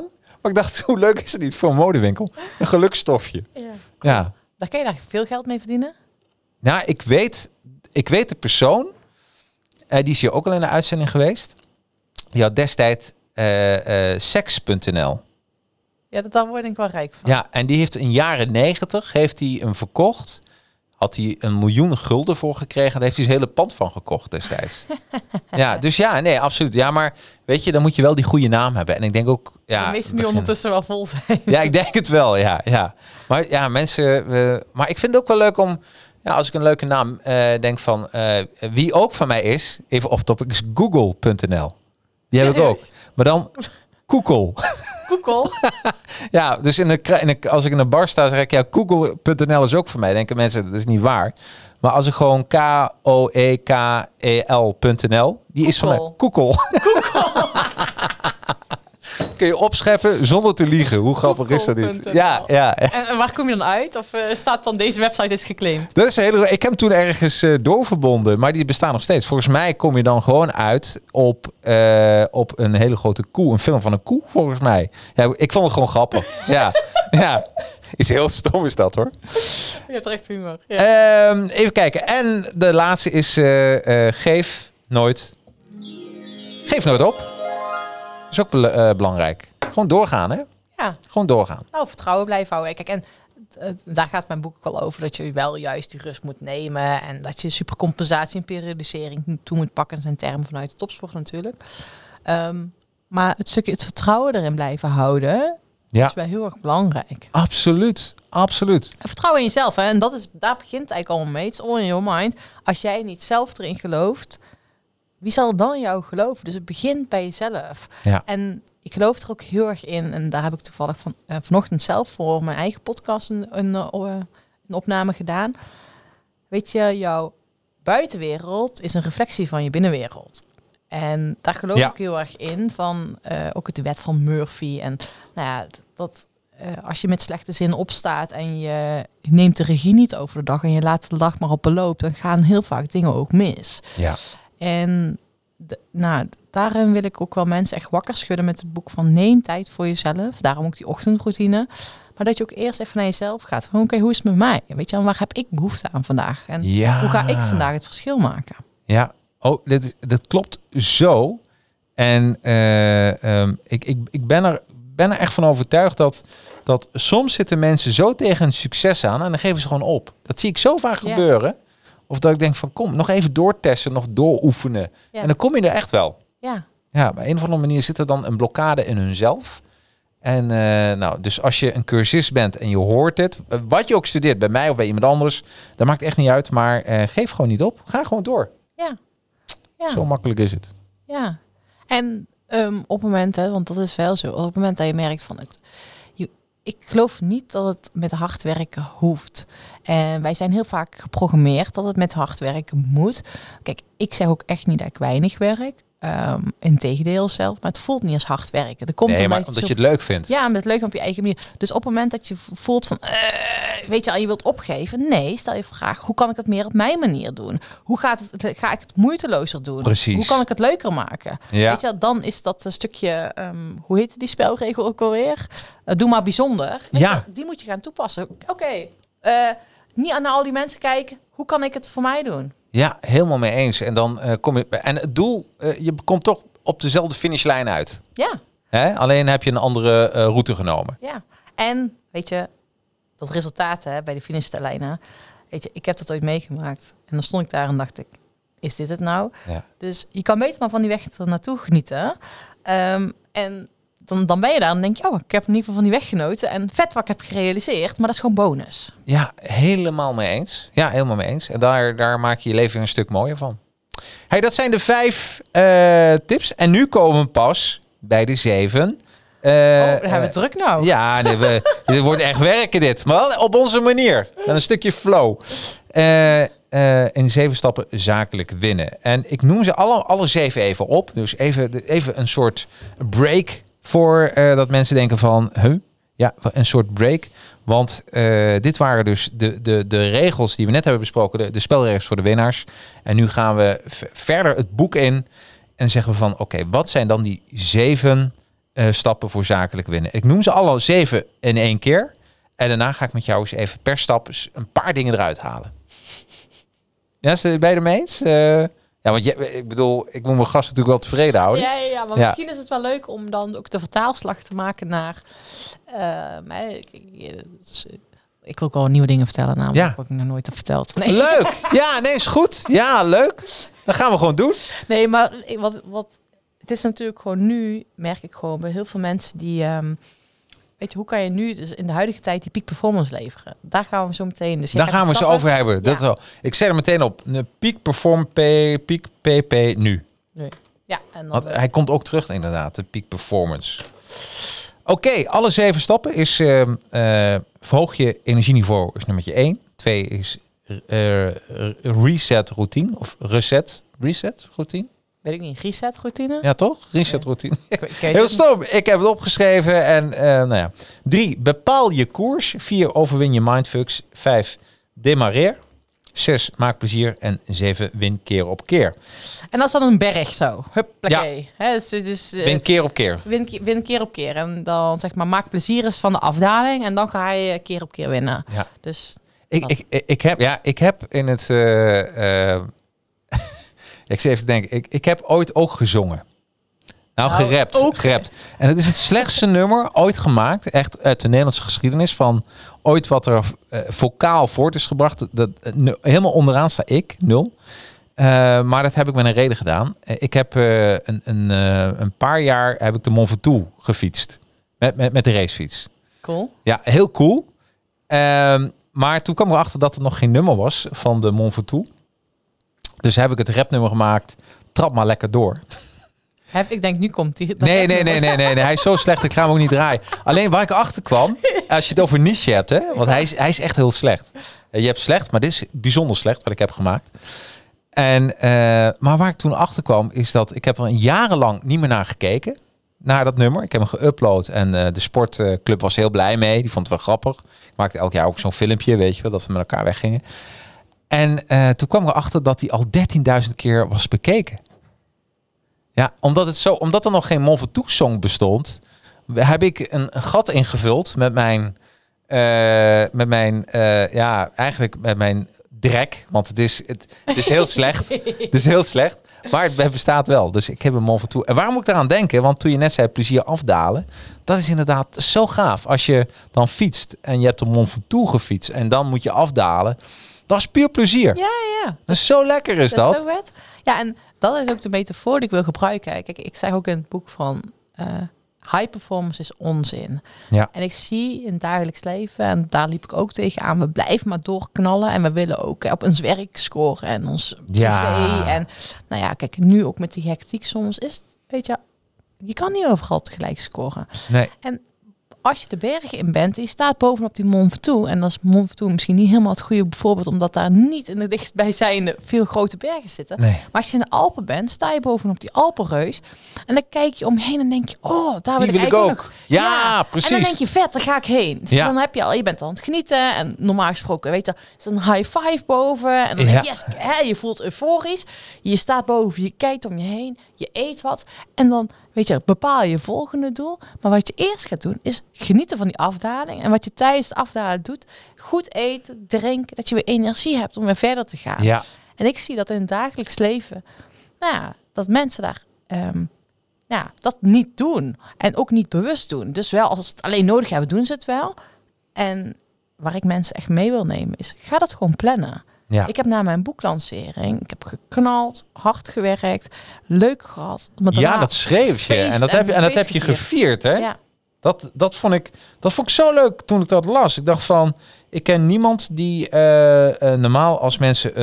Maar ik dacht, hoe leuk is het niet voor een modewinkel? Een geluksstofje.
Ja.
Ja.
Daar kan je daar veel geld mee verdienen?
Nou, ik weet de persoon, die is hier ook al in de uitzending geweest. Die had destijds seks.nl.
Ja, daar word ik wel rijk van.
Ja, en die heeft in jaren 90 heeft hij hem verkocht. Had hij 1 miljoen gulden voor gekregen. Daar heeft hij zijn hele pand van gekocht destijds. Ja, dus ja, nee, absoluut. Ja, maar weet je, dan moet je wel die goede naam hebben. En ik denk ook... Ja,
de meesten die ondertussen wel vol zijn.
Ja, ik denk het wel, ja. Maar ja, mensen... maar ik vind het ook wel leuk om... Ja, als ik een leuke naam denk van... wie ook van mij is, even off topic, is google.nl. Die heb ik ook. Maar dan Google.
Google?
Ja, dus als ik in een bar sta, zeg ik, ja, Google.nl is ook voor mij. Denken mensen, dat is niet waar. Maar als ik gewoon KOEKEL.nl, die is van mij. Google. Kun je opscheppen zonder te liegen. Hoe grappig is dat niet? Ja.
En waar kom je dan uit? Of staat dan deze website is geclaimd?
Dat is ik heb hem toen ergens doorverbonden, maar die bestaan nog steeds. Volgens mij kom je dan gewoon uit op een hele grote koe. Een film van een koe, volgens mij. Ja, ik vond het gewoon grappig. Ja. Iets heel stom is dat, hoor.
Je hebt er echt humor. Ja.
Even kijken. En de laatste is geef nooit op. Dat is ook belangrijk. Gewoon doorgaan, hè?
Ja.
Gewoon doorgaan.
Nou, vertrouwen blijven houden. Kijk, en daar gaat mijn boek ook wel over. Dat je wel juist die rust moet nemen. En dat je supercompensatie en periodisering toe moet pakken. Dat zijn termen vanuit de topsport natuurlijk. Maar het vertrouwen erin blijven houden... is wel heel erg belangrijk.
Absoluut. En
vertrouwen in jezelf. Hè? En daar begint eigenlijk allemaal mee. It's all in your mind. Als jij niet zelf erin gelooft... wie zal dan jou geloven? Dus het begint bij jezelf.
Ja.
En ik geloof er ook heel erg in. En daar heb ik toevallig vanochtend zelf voor mijn eigen podcast een opname gedaan. Weet je, jouw buitenwereld is een reflectie van je binnenwereld. En daar geloof ik heel erg in. Van ook de wet van Murphy. En nou ja, dat als je met slechte zin opstaat en je neemt de regie niet over de dag en je laat de dag maar op beloop, dan gaan heel vaak dingen ook mis.
Ja.
En daarin wil ik ook wel mensen echt wakker schudden met het boek van neem tijd voor jezelf. Daarom ook die ochtendroutine. Maar dat je ook eerst even naar jezelf gaat. Van oké, hoe is het met mij? Weet je, en waar heb ik behoefte aan vandaag? En hoe ga ik vandaag het verschil maken?
Ja, dit klopt zo. En ik ben er echt van overtuigd dat soms zitten mensen zo tegen een succes aan en dan geven ze gewoon op. Dat zie ik zo vaak gebeuren. Of dat ik denk van kom, nog even doortesten, nog dooroefenen. Ja. En dan kom je er echt wel.
Ja.
Ja, op een of andere manier zit er dan een blokkade in hunzelf. En dus als je een cursist bent en je hoort het, wat je ook studeert, bij mij of bij iemand anders, dat maakt echt niet uit. Maar geef gewoon niet op. Ga gewoon door.
Ja.
Zo makkelijk is het.
Ja. En op het moment, want dat is wel zo, op het moment dat je merkt van het... Ik geloof niet dat het met hard werken hoeft. En wij zijn heel vaak geprogrammeerd dat het met hard werken moet. Kijk, ik zeg ook echt niet dat ik weinig werk. Integendeel zelf. Maar het voelt niet als hard werken. Er komt
omdat je het leuk vindt.
Ja, met het leuk op je eigen manier. Dus op het moment dat je voelt van... weet je al, je wilt opgeven. Nee, stel je vraag. Hoe kan ik het meer op mijn manier doen? Hoe ga ik het moeitelozer doen?
Precies.
Hoe kan ik het leuker maken?
Ja.
Weet je, dan is dat een stukje... hoe heet die spelregel ook alweer? Doe maar bijzonder.
Ja.
Die moet je gaan toepassen. Oké. Niet aan al die mensen kijken. Hoe kan ik het voor mij doen?
Ja, helemaal mee eens. En dan kom je... En het doel, je komt toch op dezelfde finishlijn uit.
Ja.
Hè? Alleen heb je een andere route genomen.
Ja. En, weet je, dat resultaat bij de finishlijnen... Weet je, ik heb dat ooit meegemaakt. En dan stond ik daar en dacht ik, is dit het nou?
Ja.
Dus je kan beter maar van die weg er naartoe genieten. En dan ben je daar en denk je, ik heb in ieder geval van die weg genoten. En vet wat ik heb gerealiseerd, maar dat is gewoon bonus.
Ja, helemaal mee eens. Ja, helemaal mee eens. En daar maak je je leven een stuk mooier van. Hey, dat zijn de 5 tips. En nu komen we pas bij de 7.
Dan hebben we druk nou.
Ja, nee, dit wordt echt werken dit. Maar wel op onze manier. Met een stukje flow. In 7 stappen zakelijk winnen. En ik noem ze alle 7 even op. Dus even een soort break voor dat mensen denken van... Ja, een soort break. Want dit waren dus de regels die we net hebben besproken. De spelregels voor de winnaars. En nu gaan we verder het boek in. En zeggen we van, oké, wat zijn dan die 7 stappen voor zakelijk winnen. Ik noem ze alle 7 in 1 keer. En daarna ga ik met jou eens even per stap eens een paar dingen eruit halen. Ja, ben je er mee eens? Ja, want ik bedoel, ik moet mijn gast natuurlijk wel tevreden houden.
Ja, maar misschien is het wel leuk om dan ook de vertaalslag te maken naar... ik wil ook wel nieuwe dingen vertellen, namelijk wat ik nog nooit heb verteld. Nee.
Leuk! Ja, nee, is goed. Ja, leuk. Dat gaan we gewoon doen.
Nee, maar het is natuurlijk gewoon nu, merk ik gewoon bij heel veel mensen die... weet je, hoe kan je nu dus in de huidige tijd die peak performance leveren? Daar gaan we zo meteen... Dus
daar gaan we ze over hebben. Dat wel. Ik zet er meteen op. Peak perform peak pp nu.
Nee. Ja, en dan
want hij komt ook terug inderdaad, de peak performance. Oké, alle 7 stappen is... verhoog je energieniveau is nummertje 1. 2 is reset routine. Of reset routine.
Weet ik niet, reset routine?
Ja, toch? Reset routine. Heel stom. Ik heb het opgeschreven. En 3, bepaal je koers. 4, overwin je mindfucks. 5, demareer. 6, maak plezier. En 7, win keer op keer.
En als dan een berg zo. Huppakee.
Ja.
Dus,
win keer op keer.
Win keer op keer. En dan zeg maar, maak plezier eens van de afdaling. En dan ga je keer op keer winnen. Ja. Dus
ik heb in het... ik zit even te denken. Ik heb ooit ook gezongen. Gerapt. En het is het slechtste nummer ooit gemaakt. Echt uit de Nederlandse geschiedenis. Van ooit wat er vocaal voort is gebracht. Helemaal onderaan sta ik. 0. Maar dat heb ik met een reden gedaan. Ik heb een paar jaar heb ik de Mont Ventoux gefietst. Met de racefiets.
Cool.
Ja, heel cool. Maar toen kwam ik erachter dat het nog geen nummer was van de Mont Ventoux. Dus heb ik het rapnummer gemaakt. Trap maar lekker door.
Ik denk, nu komt die.
Nee. Hij is zo slecht, ik ga hem ook niet draaien. Alleen waar ik achter kwam, als je het over niche hebt, hè, want hij is echt heel slecht. Je hebt slecht, maar dit is bijzonder slecht wat ik heb gemaakt. Maar waar ik toen achter kwam, is dat ik heb er jarenlang niet meer naar gekeken. Naar dat nummer. Ik heb hem geüpload en de sportclub was heel blij mee. Die vond het wel grappig. Ik maakte elk jaar ook zo'n filmpje, weet je wel, dat we met elkaar weggingen. En toen kwam ik erachter dat hij al 13.000 keer was bekeken. Ja, omdat er nog geen Mont Ventoux song bestond, heb ik een gat ingevuld met mijn drek. Want het is heel slecht. Het is heel slecht. Maar het bestaat wel. Dus ik heb een Mont Ventoux. En waarom moet ik daaraan denken? Want toen je net zei plezier afdalen. Dat is inderdaad zo gaaf. Als je dan fietst en je hebt een Mont Ventoux gefietst. En dan moet je afdalen. Dat is puur plezier.
Ja.
Dat is zo lekker is dat.
Is zo vet. Ja, en dat is ook de metafoor die ik wil gebruiken. Kijk, ik zeg ook in het boek van high performance is onzin.
Ja.
En ik zie in het dagelijks leven, en daar liep ik ook tegenaan, we blijven maar doorknallen en we willen ook op ons werk scoren en ons privé.
Ja.
En nou ja, kijk, nu ook met die hectiek soms is het, weet je kan niet overal tegelijk scoren.
Nee.
En als je de bergen in bent, je staat bovenop die Mont Ventoux. En dat is Mont Ventoux misschien niet helemaal het goede voorbeeld, omdat daar niet in de dichtstbijzijnde veel grote bergen zitten.
Nee.
Maar als je in de Alpen bent, sta je bovenop die Alpenreus. En dan kijk je omheen en denk je, oh, daar wil ik ook.
Nog. Ja, precies.
En dan denk je, vet, daar ga ik heen. Dus
ja.
Dan heb je bent al aan het genieten. En normaal gesproken, weet je, is een high five boven. En dan denk je, yes, je voelt euforisch. Je staat boven, je kijkt om je heen, je eet wat. En dan, weet je, bepaal je volgende doel. Maar wat je eerst gaat doen, is genieten van die afdaling. En wat je tijdens de afdaling doet, goed eten, drinken, dat je weer energie hebt om weer verder te gaan.
Ja.
En ik zie dat in het dagelijks leven, dat mensen daar dat niet doen. En ook niet bewust doen. Dus wel, als ze het alleen nodig hebben, doen ze het wel. En waar ik mensen echt mee wil nemen, is ga dat gewoon plannen. Ja. Ik heb na mijn boeklancering, ik heb geknald, hard gewerkt, leuk gehad.
Ja, dat schreef je. En dat heb je gevierd, hè? Ja. Dat vond ik zo leuk toen ik dat las. Ik dacht van, ik ken niemand die normaal als mensen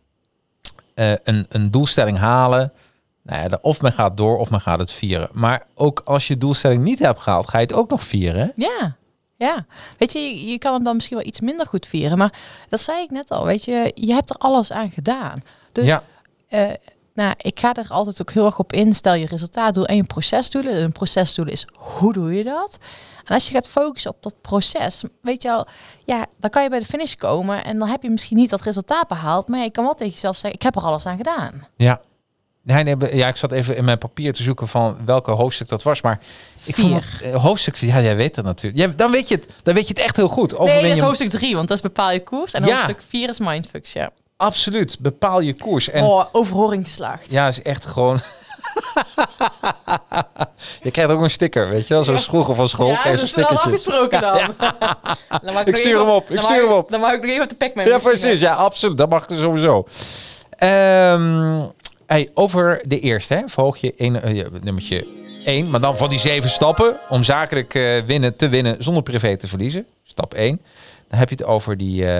een doelstelling halen, nou ja, of men gaat door of men gaat het vieren. Maar ook als je doelstelling niet hebt gehaald, ga je het ook nog vieren.
Ja. Weet je kan hem dan misschien wel iets minder goed vieren. Maar dat zei ik net al, weet je hebt er alles aan gedaan. Dus ik ga er altijd ook heel erg op in. Stel je resultaatdoel en je procesdoelen. Een procesdoel is, hoe doe je dat? En als je gaat focussen op dat proces, weet je al, dan kan je bij de finish komen en dan heb je misschien niet dat resultaat behaald, maar je kan wel tegen jezelf zeggen, ik heb er alles aan gedaan.
Ja. Nee, ik zat even in mijn papier te zoeken van welke hoofdstuk dat was. Maar ik vond het, hoofdstuk 4, jij weet dat natuurlijk. Dan weet je het echt heel goed.
Nee, dat is hoofdstuk 3, want dat is bepaal je koers. En hoofdstuk 4 is mindfucks, ja.
Absoluut, bepaal je koers. En,
overhoring geslaagd.
Ja, is echt gewoon... Je krijgt ook een sticker, weet je wel? Zoals vroeger van school.
Ja, dat is wel afgesproken dan. Dan
ik stuur hem op.
Dan mag ik nog even op de Pac-Man.
Ja, precies. Ja, absoluut. Dat mag er sowieso. Over de eerste, hè? Verhoog je nummertje 1. Maar dan van die 7 stappen om zakelijk te winnen zonder privé te verliezen. Stap 1. Dan heb je het over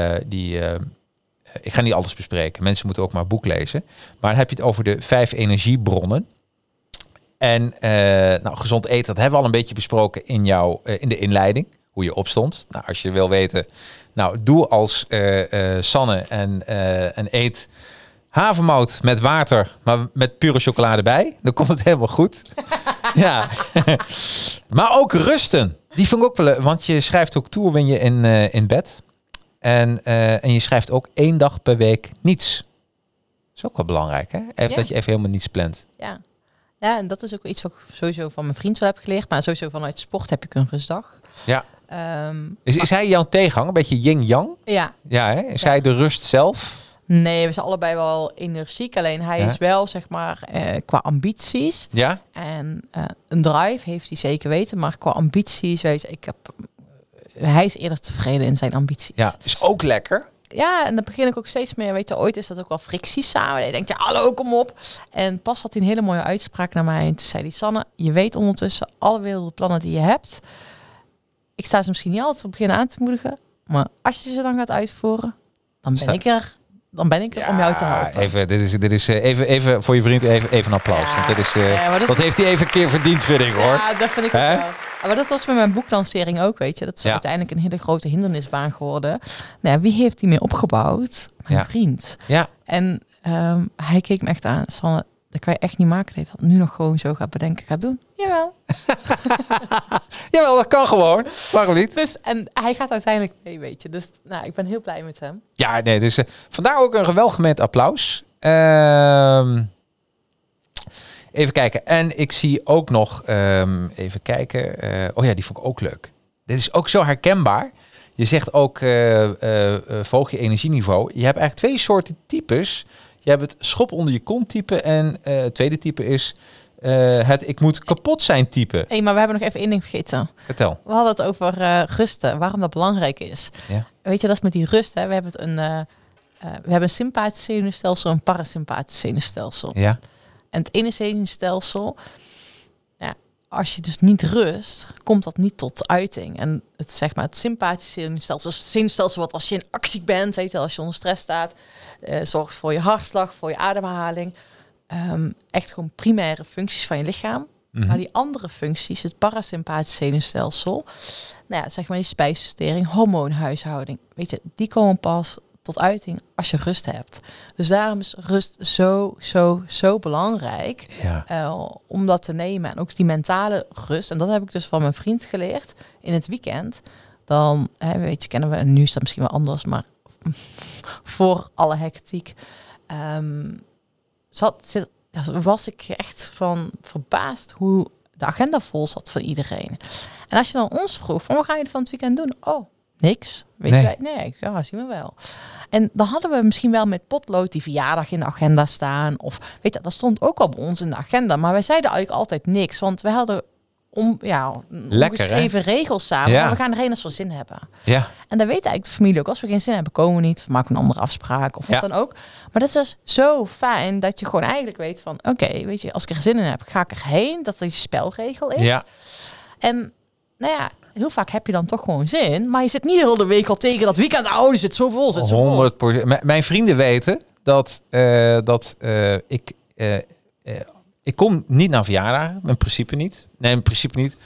ik ga niet alles bespreken. Mensen moeten ook maar een boek lezen. Maar dan heb je het over de 5 energiebronnen. En gezond eten, dat hebben we al een beetje besproken in de inleiding. Hoe je opstond. Nou, als je wil weten, doe als Sanne en eet havermout met water, maar met pure chocolade bij. Dan komt het helemaal goed. Ja. Maar ook rusten. Die vind ik ook wel, want je schrijft ook toe wanneer je in bed. En je schrijft ook 1 dag per week niets. Dat is ook wel belangrijk, hè? Dat je even helemaal niets plant.
Ja. Ja, en dat is ook iets wat ik sowieso van mijn vriend wel heb geleerd. Maar sowieso vanuit sport heb ik een rustdag.
Ja. Is hij jouw tegenhanger? Een beetje yin-yang?
Ja.
Ja, hè? Is hij de rust zelf?
Nee, we zijn allebei wel energiek. Alleen hij is wel, zeg maar, qua ambities.
Ja.
En een drive heeft hij zeker weten. Maar qua ambities, weet je, hij is eerder tevreden in zijn ambities.
Ja, is ook lekker.
Ja, en dan begin ik ook steeds meer. Weet je, ooit is dat ook wel frictie samen. Je denkt, ja, hallo, kom op. En pas had hij een hele mooie uitspraak naar mij. En toen zei hij, Sanne, je weet ondertussen alle wilde plannen die je hebt. Ik sta ze misschien niet altijd voor het begin aan te moedigen. Maar als je ze dan gaat uitvoeren, dan ben ik er. Dan ben ik er om jou te helpen.
Even voor je vriend even een applaus.
Ja,
want dat heeft hij even een keer verdiend, vind ik, hoor.
Ja, dat vind ik ook wel. Maar dat was met mijn boeklancering ook, weet je. Dat is uiteindelijk een hele grote hindernisbaan geworden. Nou, wie heeft die mee opgebouwd? Mijn vriend. Ja. En hij keek me echt aan. Sanne, dat kan je echt niet maken dat je dat nu nog gewoon zo gaat bedenken, gaat doen. Jawel.
Jawel, dat kan gewoon. Waarom niet?
Dus, en hij gaat uiteindelijk mee, weet je. Dus ik ben heel blij met hem.
Ja, nee, dus vandaar ook een welgemeend applaus. Even kijken. En ik zie ook nog, even kijken. Die vond ik ook leuk. Dit is ook zo herkenbaar. Je zegt ook, verhoog je energieniveau. Je hebt eigenlijk 2 soorten types. Je hebt het schop onder je kont type. En het tweede type is het ik moet kapot zijn type.
Maar we hebben nog even 1 ding vergeten.
Vertel.
We hadden het over rusten. Waarom dat belangrijk is. Ja. Weet je, dat is met die rust. Hè? We hebben een sympathisch zenuwstelsel en een parasympathisch zenuwstelsel. Ja. En het ene zenuwstelsel, als je dus niet rust, komt dat niet tot uiting. En het, zeg maar, het sympathische zenuwstelsel is het zenuwstelsel wat als je in actie bent, weet je, als je onder stress staat, zorgt voor je hartslag, voor je ademhaling. Echt gewoon primaire functies van je lichaam. Mm-hmm. Maar die andere functies, het parasympathische zenuwstelsel, zeg maar je spijsvertering, hormoonhuishouding, weet je, die komen pas tot uiting als je rust hebt. Dus daarom is rust zo belangrijk om dat te nemen. En ook die mentale rust. En dat heb ik dus van mijn vriend geleerd in het weekend. Dan, weet je, kennen we, en nu is dat misschien wel anders, maar voor alle hectiek was ik echt van verbaasd hoe de agenda vol zat voor iedereen. En als je dan ons vroeg, van wat ga je van het weekend doen? Oh, niks. Weet je, nee, ja, zien we wel. En dan hadden we misschien wel met potlood die verjaardag in de agenda staan. Of weet je, dat stond ook al bij ons in de agenda. Maar wij zeiden eigenlijk altijd niks. Want wij hadden ongeschreven regels samen. Ja. Maar we gaan er één als we zin hebben. Ja. En dan weet eigenlijk de familie ook. Als we geen zin hebben, komen we niet. Of maken we een andere afspraak. Of wat dan ook. Maar dat is dus zo fijn dat je gewoon eigenlijk weet van... Oké, weet je, als ik er zin in heb, ga ik erheen. Dat die spelregel is. Ja. En heel vaak heb je dan toch gewoon zin. Maar je zit niet de hele week al tegen dat weekend. Oh, die zit zo vol.
100%. Mijn vrienden weten dat ik kom niet naar verjaardagen. In principe niet. Nee, in principe niet.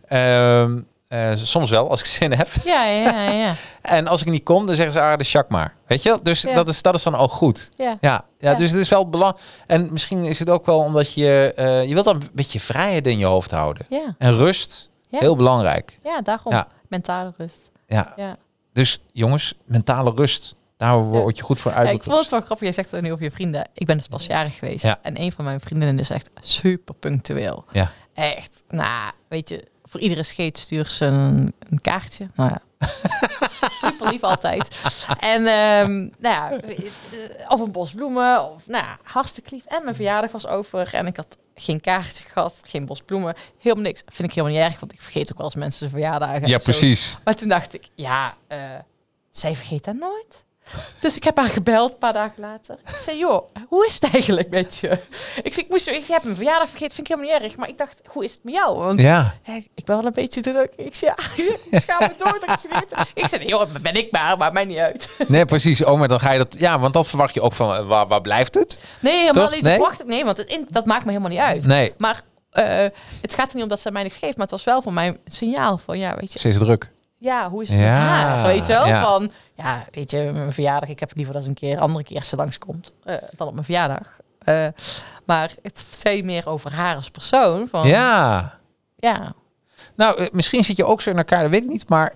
Soms wel, als ik zin heb.
Ja.
En als ik niet kom, dan zeggen ze, de Jacques maar. Weet je? Dus dat is dan ook goed. Ja. Dus het is wel belangrijk. En misschien is het ook wel omdat je wilt dan een beetje vrijheid in je hoofd houden. Ja. En rust. Ja. Heel belangrijk.
Ja, daarom. Ja. Mentale rust.
Ja. Dus jongens, mentale rust. Daar word je goed voor
Ja, ik vond
uitbekleed.
het wel grappig. Jij zegt het nu over je vrienden. Ik ben dus pas jarig geweest.
Ja.
En een van mijn vriendinnen is echt super punctueel.
Ja.
Echt, nou, weet je, voor iedere scheet stuurt ze een kaartje. Nou ja. Super lief altijd. En nou ja, of een bos bloemen. Of, nou ja, hartstikke lief. En mijn verjaardag was over. En ik had geen kaartje gehad. Geen bos bloemen. Helemaal niks. Vind ik helemaal niet erg. Want ik vergeet ook wel eens mensen zijn verjaardagen.
Ja,
en zo.
precies.
Maar toen dacht ik, ja, zij vergeet dat nooit. Dus ik heb haar gebeld een paar dagen later. Ik zei, joh, hoe is het eigenlijk met je? Ik heb mijn verjaardag vergeten, vind ik helemaal niet erg. Maar ik dacht, hoe is het met jou? Want
Ja.
ik ben wel een beetje druk. Ik zei, ik schaam me door dat ik het vergeten. Ik zei, nee, joh, ben ik maar, maakt mij niet uit.
Nee, precies. Oh, maar dan ga je dat... Ja, want dat verwacht je ook van... Waar blijft het?
Nee, helemaal
Toch?
niet.
Nee?
Dat verwacht ik, nee, want dat maakt me helemaal niet uit.
Nee,
Maar het gaat er niet om dat ze mij niks geeft. Maar het was wel voor mij een signaal van, ja, weet je.
ze is druk.
Ja, hoe is het
Ja,
met haar? Weet je wel?
ja.
Van, ja, weet je, mijn verjaardag, ik heb het liever dat een keer, andere keer ze langskomt dan op mijn verjaardag. Maar het zei meer over haar als persoon. Van,
Ja.
ja.
Nou, misschien zit je ook zo in elkaar, dat weet ik niet. Maar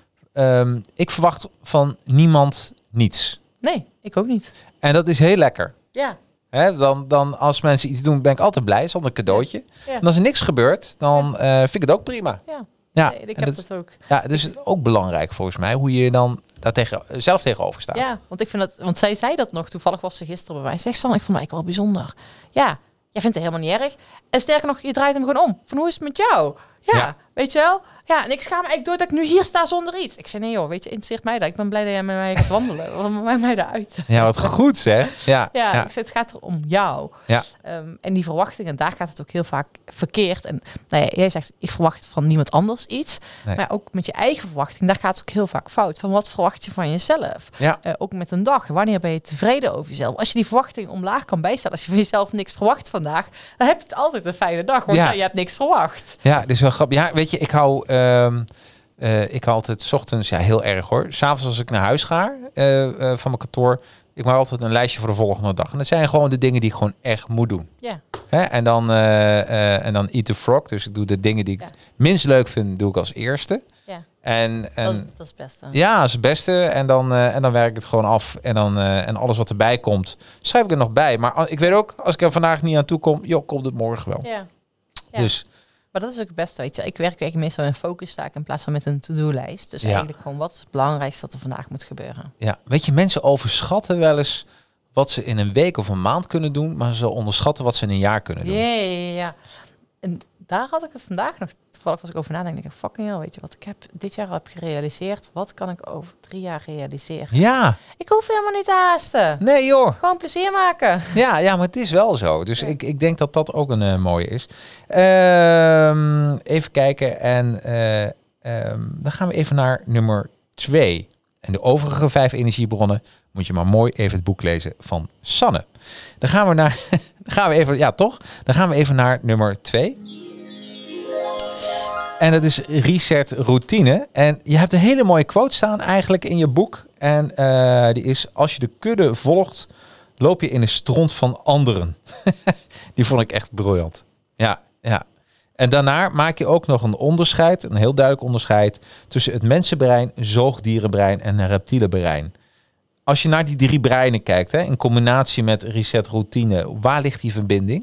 ik verwacht van niemand niets.
Nee, ik ook niet.
En dat is heel lekker.
Ja.
Hè, dan als mensen iets doen, ben ik altijd blij. Is dan een cadeautje.
Ja.
En als er niks gebeurt, dan vind ik het ook prima.
Ja.
Ja,
Nee, ik
en
heb dat ook.
ja, dus het is ook belangrijk volgens mij. Hoe je dan daar zelf tegenover staat.
Ja, want ik vind dat, want zij zei dat nog. Toevallig was ze gisteren bij mij. Zegt San, ik vond het eigenlijk wel bijzonder. Ja, jij vindt het helemaal niet erg. En sterker nog, je draait hem gewoon om. Van hoe is het met jou? Ja. Weet je wel? Ja, en ik schaam me eigenlijk door dat ik nu hier sta zonder iets. Ik zei, nee joh, weet je, interesseert mij dat. Ik ben blij dat jij met mij gaat wandelen. Wat maakt mij daaruit?
Ja, wat goed zeg. Ja,
Ja,
ja.
ik zei, het gaat er om jou.
Ja.
En die verwachtingen, daar gaat het ook heel vaak verkeerd. En nou ja, jij zegt, ik verwacht van niemand anders iets.
Nee.
Maar ook met je eigen verwachting, daar gaat het ook heel vaak fout. Van wat verwacht je van jezelf?
Ja.
Ook met een dag. Wanneer ben je tevreden over jezelf? Als je die verwachting omlaag kan bijstellen, als je van jezelf niks verwacht vandaag, dan heb je het altijd een fijne dag. Want
Ja.
je hebt niks verwacht.
Ja, dit is wel grappig. Ja, weet je, ik hou altijd 's ochtends, ja, heel erg hoor. 'S avonds als ik naar huis ga van mijn kantoor, ik maak altijd een lijstje voor de volgende dag. En dat zijn gewoon de dingen die ik gewoon echt moet doen.
Ja.
Hè? En dan eat the frog. Dus ik doe de dingen die ik
Ja.
minst leuk vind, doe ik als eerste.
Ja.
En
Dat is het beste.
ja, dat is het beste. En dan werk ik het gewoon af. En alles wat erbij komt, schrijf ik er nog bij. Maar ik weet ook, als ik er vandaag niet aan toe kom, joh, komt het morgen wel.
Ja. Ja.
Dus
Maar dat is ook het beste, weet je. Ik werk eigenlijk meestal in focustaak in plaats van met een to-do-lijst. Dus
Ja.
eigenlijk gewoon, wat is het belangrijkste wat er vandaag moet gebeuren?
ja, weet je, mensen overschatten wel eens wat ze in een week of een maand kunnen doen, maar ze onderschatten wat ze in een jaar kunnen doen.
Ja. En daar had ik het vandaag nog, toevallig was ik over nadenken. Ik fucking hell, weet je wat ik heb dit jaar heb gerealiseerd? Wat kan ik over 3 jaar realiseren?
Ja,
Ik hoef helemaal niet te haasten.
nee joh.
Gewoon plezier maken.
Ja, maar het is wel zo. Dus
Ja.
ik denk dat dat ook een mooie is. Even kijken. En dan gaan we even naar nummer 2. En de overige 5 energiebronnen moet je maar mooi even het boek lezen van Sanne. Dan gaan we naar... dan gaan we even... Ja, toch? Dan gaan we even naar nummer 2. En dat is reset routine. En je hebt een hele mooie quote staan eigenlijk in je boek. En die is: als je de kudde volgt, loop je in de stront van anderen. Die vond ik echt briljant. Ja. En daarna maak je ook nog een onderscheid, een heel duidelijk onderscheid, tussen het mensenbrein, zoogdierenbrein en een reptiele brein. Als je naar die 3 breinen kijkt, hè, in combinatie met reset routine, waar ligt die verbinding?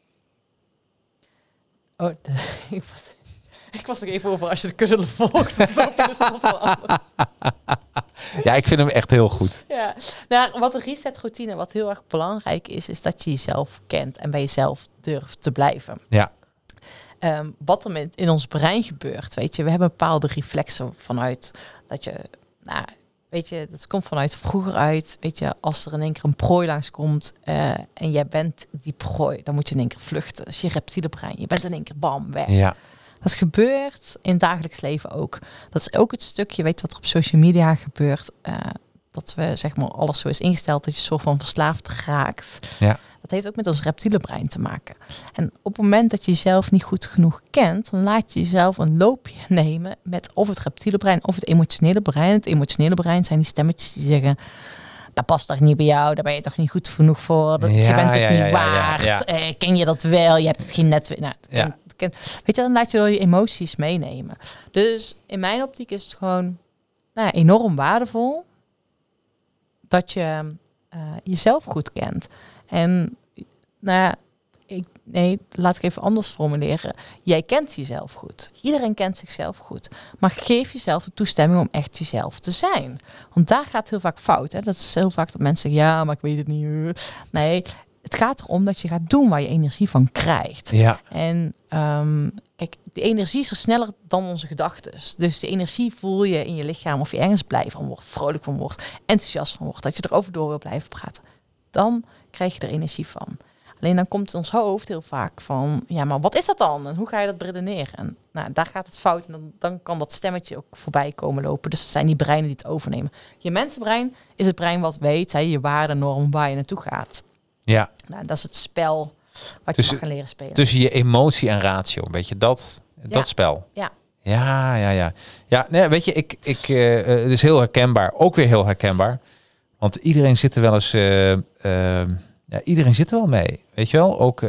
Oh, ik was er even over als je de kudde volgt. Dan loop je de stront van anderen.
Ja, ik vind hem echt heel goed.
Ja, nou, wat een resetroutine, wat heel erg belangrijk is dat je jezelf kent en bij jezelf durft te blijven.
Ja.
Wat er in ons brein gebeurt, weet je, we hebben bepaalde reflexen vanuit dat je, nou, weet je, dat komt vanuit vroeger uit, weet je, als er in één keer een prooi langskomt en jij bent die prooi, dan moet je in één keer vluchten. Dat is je reptiele brein, je bent in één keer bam, weg.
Ja.
Dat gebeurt in het dagelijks leven ook. Dat is ook het stukje, weet je, wat er op social media gebeurt. Dat we, zeg maar, alles zo is ingesteld dat je soort van verslaafd raakt.
Ja.
Dat heeft ook met ons reptiele brein te maken. En op het moment dat je jezelf niet goed genoeg kent, dan laat je jezelf een loopje nemen met of het reptiele brein of het emotionele brein. Het emotionele brein zijn die stemmetjes die zeggen: dat past toch niet bij jou, daar ben je toch niet goed genoeg voor, je bent het niet waard, ken je dat wel, je hebt het geen netwerk. Nou, weet je, dan laat je door die emoties meenemen. Dus in mijn optiek is het gewoon enorm waardevol dat je jezelf goed kent. En laat ik even anders formuleren. Jij kent jezelf goed. Iedereen kent zichzelf goed. Maar geef jezelf de toestemming om echt jezelf te zijn. Want daar gaat het heel vaak fout. Hè? Dat is heel vaak dat mensen zeggen, ja, maar ik weet het niet. Nee, het gaat erom dat je gaat doen waar je energie van krijgt.
Ja.
En kijk, de energie is er sneller dan onze gedachten. Dus de energie voel je in je lichaam of je ergens blij van wordt, vrolijk van wordt, enthousiast van wordt, dat je erover door wil blijven praten. Dan krijg je er energie van. Alleen dan komt ons hoofd heel vaak van, ja, maar wat is dat dan? En hoe ga je dat beredeneren? En nou, daar gaat het fout en dan kan dat stemmetje ook voorbij komen lopen. Dus het zijn die breinen die het overnemen. Je mensenbrein is het brein wat weet, je waardenorm waar je naartoe gaat.
Ja.
Nou, dat is het spel wat je mag gaan leren spelen.
Tussen je emotie en ratio, een beetje dat spel.
Ja.
Ja. Ja, nee, weet je, het is heel herkenbaar. Ook weer heel herkenbaar. Want iedereen zit er wel eens... iedereen zit er wel mee. Weet je wel? Ook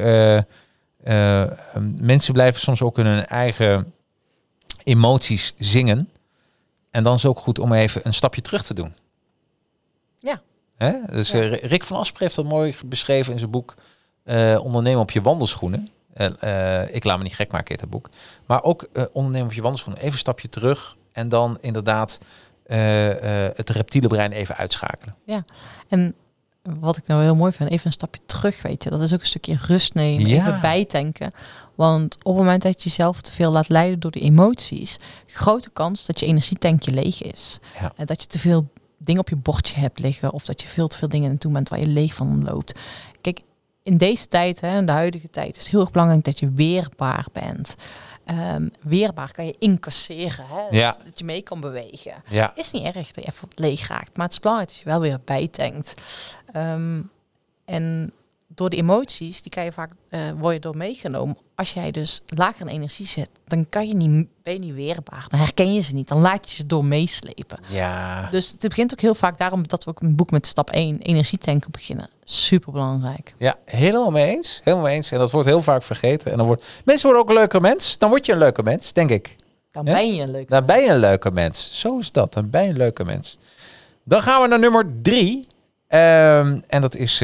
mensen blijven soms ook in hun eigen emoties zingen. En dan is het ook goed om even een stapje terug te doen.
Ja.
Hè? Dus Rick van Asper heeft dat mooi beschreven in zijn boek Ondernemen op je wandelschoenen. Ik laat me niet gek maken in dat boek. Maar ook ondernemen op je wandelschoenen. Even een stapje terug en dan inderdaad het reptiele brein even uitschakelen.
Ja, en wat ik nou heel mooi vind, even een stapje terug, weet je. Dat is ook een stukje rust nemen, even bijtanken. Want op het moment dat je jezelf te veel laat leiden door de emoties, grote kans dat je energietankje leeg is.
Ja.
En dat je te veel dingen op je bordje hebt liggen of dat je veel te veel dingen aan toe bent waar je leeg van loopt. Kijk, in deze tijd, in de huidige tijd, is het heel erg belangrijk dat je weerbaar bent. Weerbaar kan je incasseren, dus dat je mee kan bewegen.
Ja.
Is niet erg dat je even leeg raakt, maar het is belangrijk dat je wel weer bijtankt. En door de emoties, die kan je vaak word je door meegenomen. Als jij dus lager in energie zit, dan ben je niet weerbaar. Dan herken je ze niet, dan laat je ze door meeslepen.
Ja.
Dus het begint ook heel vaak daarom dat we ook een boek met stap 1, energietanken, beginnen. Super belangrijk.
Ja, helemaal mee eens. Helemaal mee eens. En dat wordt heel vaak vergeten. En dan mensen worden ook een leuke mens. Dan word je een leuke mens, denk ik.
Dan ben je een leuke
mens. Ben je een leuke mens. Zo is dat. Dan ben je een leuke mens. Dan gaan we naar nummer 3. En dat is...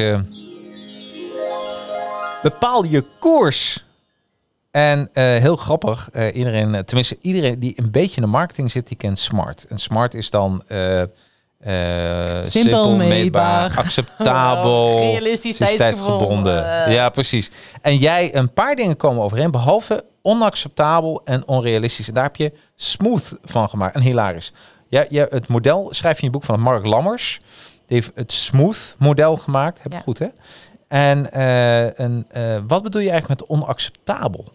bepaal je koers. En heel grappig. Iedereen die een beetje in de marketing zit, die kent SMART. En SMART is dan... simpel, meetbaar, acceptabel,
realistisch, tijdsgebonden.
Ja, precies. En jij, een paar dingen komen overeen, behalve onacceptabel en onrealistisch. En daar heb je smooth van gemaakt. En hilarisch. Ja, het model schrijf je in je boek van Mark Lammers. Die heeft het smooth model gemaakt. Heb je goed, hè? En wat bedoel je eigenlijk met onacceptabel?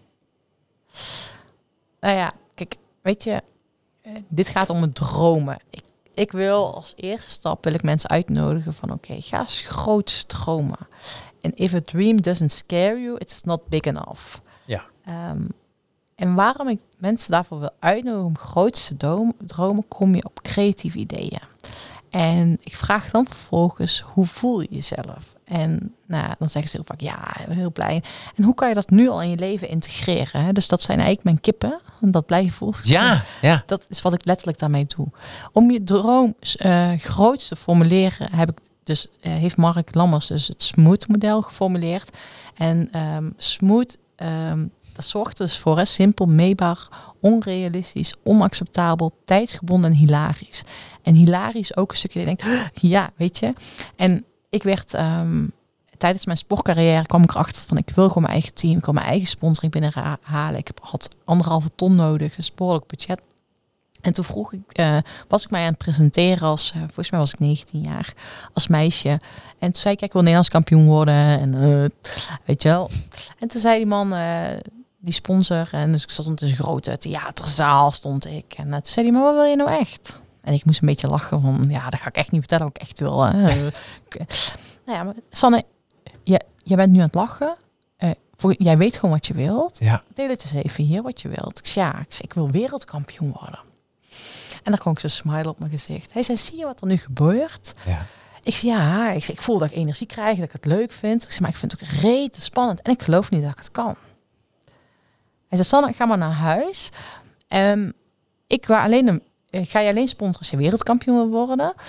Nou ja, kijk, weet je, dit gaat om het dromen. Ik wil als eerste stap mensen uitnodigen van oké, ga eens groot dromen. En if a dream doesn't scare you, it's not big enough.
Ja.
En waarom ik mensen daarvoor wil uitnodigen om grootste dromen, kom je op creatieve ideeën. En ik vraag dan vervolgens, hoe voel je jezelf? En dan zeggen ze heel vaak, ja, heel blij. En hoe kan je dat nu al in je leven integreren? Hè? Dus dat zijn eigenlijk mijn kippen. En dat blij voelt.
Ja.
Dat is wat ik letterlijk daarmee doe. Om je droom groot te formuleren, heeft Mark Lammers dus het SMOOTH-model geformuleerd. En SMOOTH, dat zorgt dus voor simpel, meetbaar, onrealistisch, onacceptabel, tijdsgebonden en hilarisch. En hilarisch ook een stukje dat je denkt, ja, weet je. En ik werd tijdens mijn sportcarrière kwam ik erachter van ik wil gewoon mijn eigen team, ik wil mijn eigen sponsoring binnenhalen. Ik had 1,5 ton nodig, dus behoorlijk budget. En toen was ik mij aan het presenteren volgens mij was ik 19 jaar, als meisje. En toen zei ik, ik wil Nederlands kampioen worden. En weet je wel. En toen zei die man, die sponsor, en dus ik stond in een grote theaterzaal, stond ik. En toen zei hij, maar wat wil je nou echt? En ik moest een beetje lachen van, ja, dat ga ik echt niet vertellen wat ik echt wil. Hè. Nou ja, maar Sanne, jij bent nu aan het lachen. Jij weet gewoon wat je wilt.
Ja.
Deel het eens even hier wat je wilt. Ik zei, ik wil wereldkampioen worden. En dan kwam ik zo'n smile op mijn gezicht. Hij zei, zie je wat er nu gebeurt?
Ja.
Ik zei, ik voel dat ik energie krijg, dat ik het leuk vind. Ik zei, maar ik vind het ook rete spannend. En ik geloof niet dat ik het kan. Hij zei, Sanne, ga maar naar huis. Ga je alleen sponsoren als je wereldkampioen wil worden?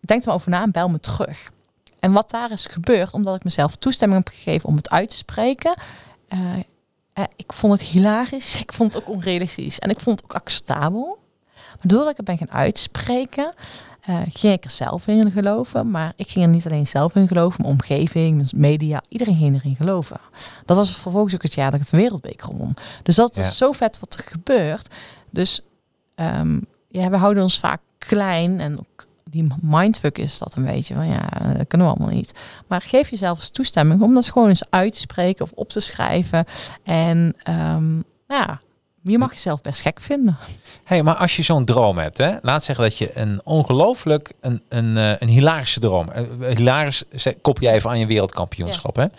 denk er maar over na en bel me terug. En wat daar is gebeurd, omdat ik mezelf toestemming heb gegeven om het uit te spreken. Ik vond het hilarisch. Ik vond het ook onrealistisch. En ik vond het ook acceptabel. Maar doordat ik het ben gaan uitspreken, ging ik er zelf in geloven. Maar ik ging er niet alleen zelf in geloven. Mijn omgeving, mijn media, iedereen ging erin geloven. Dat was vervolgens ook het jaar dat ik de wereldbeker won. Dus dat is zo vet wat er gebeurt. Dus we houden ons vaak klein. En ook die mindfuck is dat een beetje. Van dat kunnen we allemaal niet. Maar geef jezelf eens toestemming om dat gewoon eens uit te spreken of op te schrijven. En je mag jezelf best gek vinden.
Hey, maar als je zo'n droom hebt, hè, laat zeggen dat je een ongelooflijk, een hilarische droom. Hilarisch kop je even aan je wereldkampioenschap.
Ja.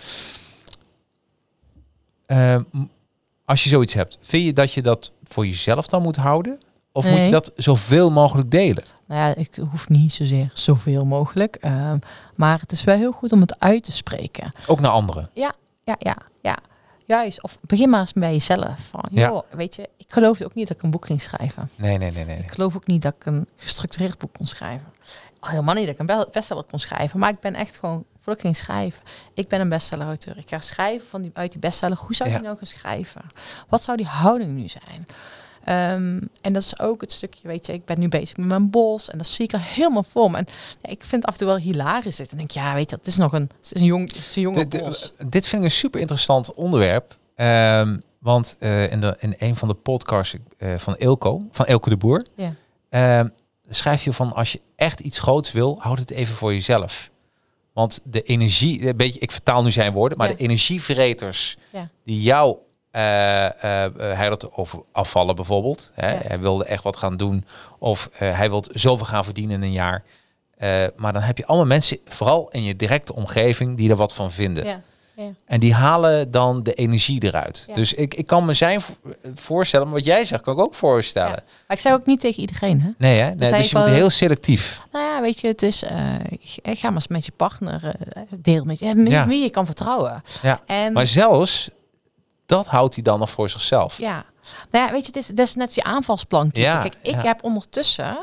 Hè? Als je zoiets hebt, vind je dat je dat voor jezelf dan moet houden? Of moet je dat zoveel mogelijk delen?
Nou ja, ik hoef niet zozeer zoveel mogelijk. Maar het is wel heel goed om het uit te spreken.
Ook naar anderen?
Ja. Juist. Of begin maar eens bij jezelf. Van, weet je, ik geloofde ook niet dat ik een boek ging schrijven.
Nee.
Ik geloof ook niet dat ik een gestructureerd boek kon schrijven. Helemaal niet dat ik een bestseller kon schrijven. Maar ik ben echt gewoon, voordat ik ging schrijven. Ik ben een bestseller-auteur. Ik ga schrijven uit die bestseller. Hoe zou ik nou gaan schrijven? Wat zou die houding nu zijn? En dat is ook het stukje, weet je, ik ben nu bezig met mijn bos. En dat zie ik er helemaal voor me. En ik vind het af en toe wel hilarisch. En dan denk ik, weet je, het is nog een jonge bos.
Dit vind ik een super interessant onderwerp. Want in een van de podcasts van Eelco de Boer, schrijf je van, als je echt iets groots wil, houd het even voor jezelf. Want de energie, ik vertaal nu zijn woorden, maar de energievreters die jou, hij had het over afvallen bijvoorbeeld. Hè? Ja. Hij wilde echt wat gaan doen. Of hij wil zoveel gaan verdienen in een jaar. Maar dan heb je allemaal mensen, vooral in je directe omgeving, die er wat van vinden. Ja. Ja. En die halen dan de energie eruit. Ja. Dus ik kan me zijn voorstellen, maar wat jij zegt, kan ik ook voorstellen. Ja.
Maar ik zei ook niet tegen iedereen, hè?
Nee, hè? Dus je moet heel selectief.
Nou ja, weet je, het is, ga maar eens met je partner, deel met je, wie je kan vertrouwen.
Ja. En, maar zelfs dat houdt hij dan nog voor zichzelf.
Ja, nou ja, weet je, het is net je aanvalsplankjes. Ja, kijk, ik heb ondertussen,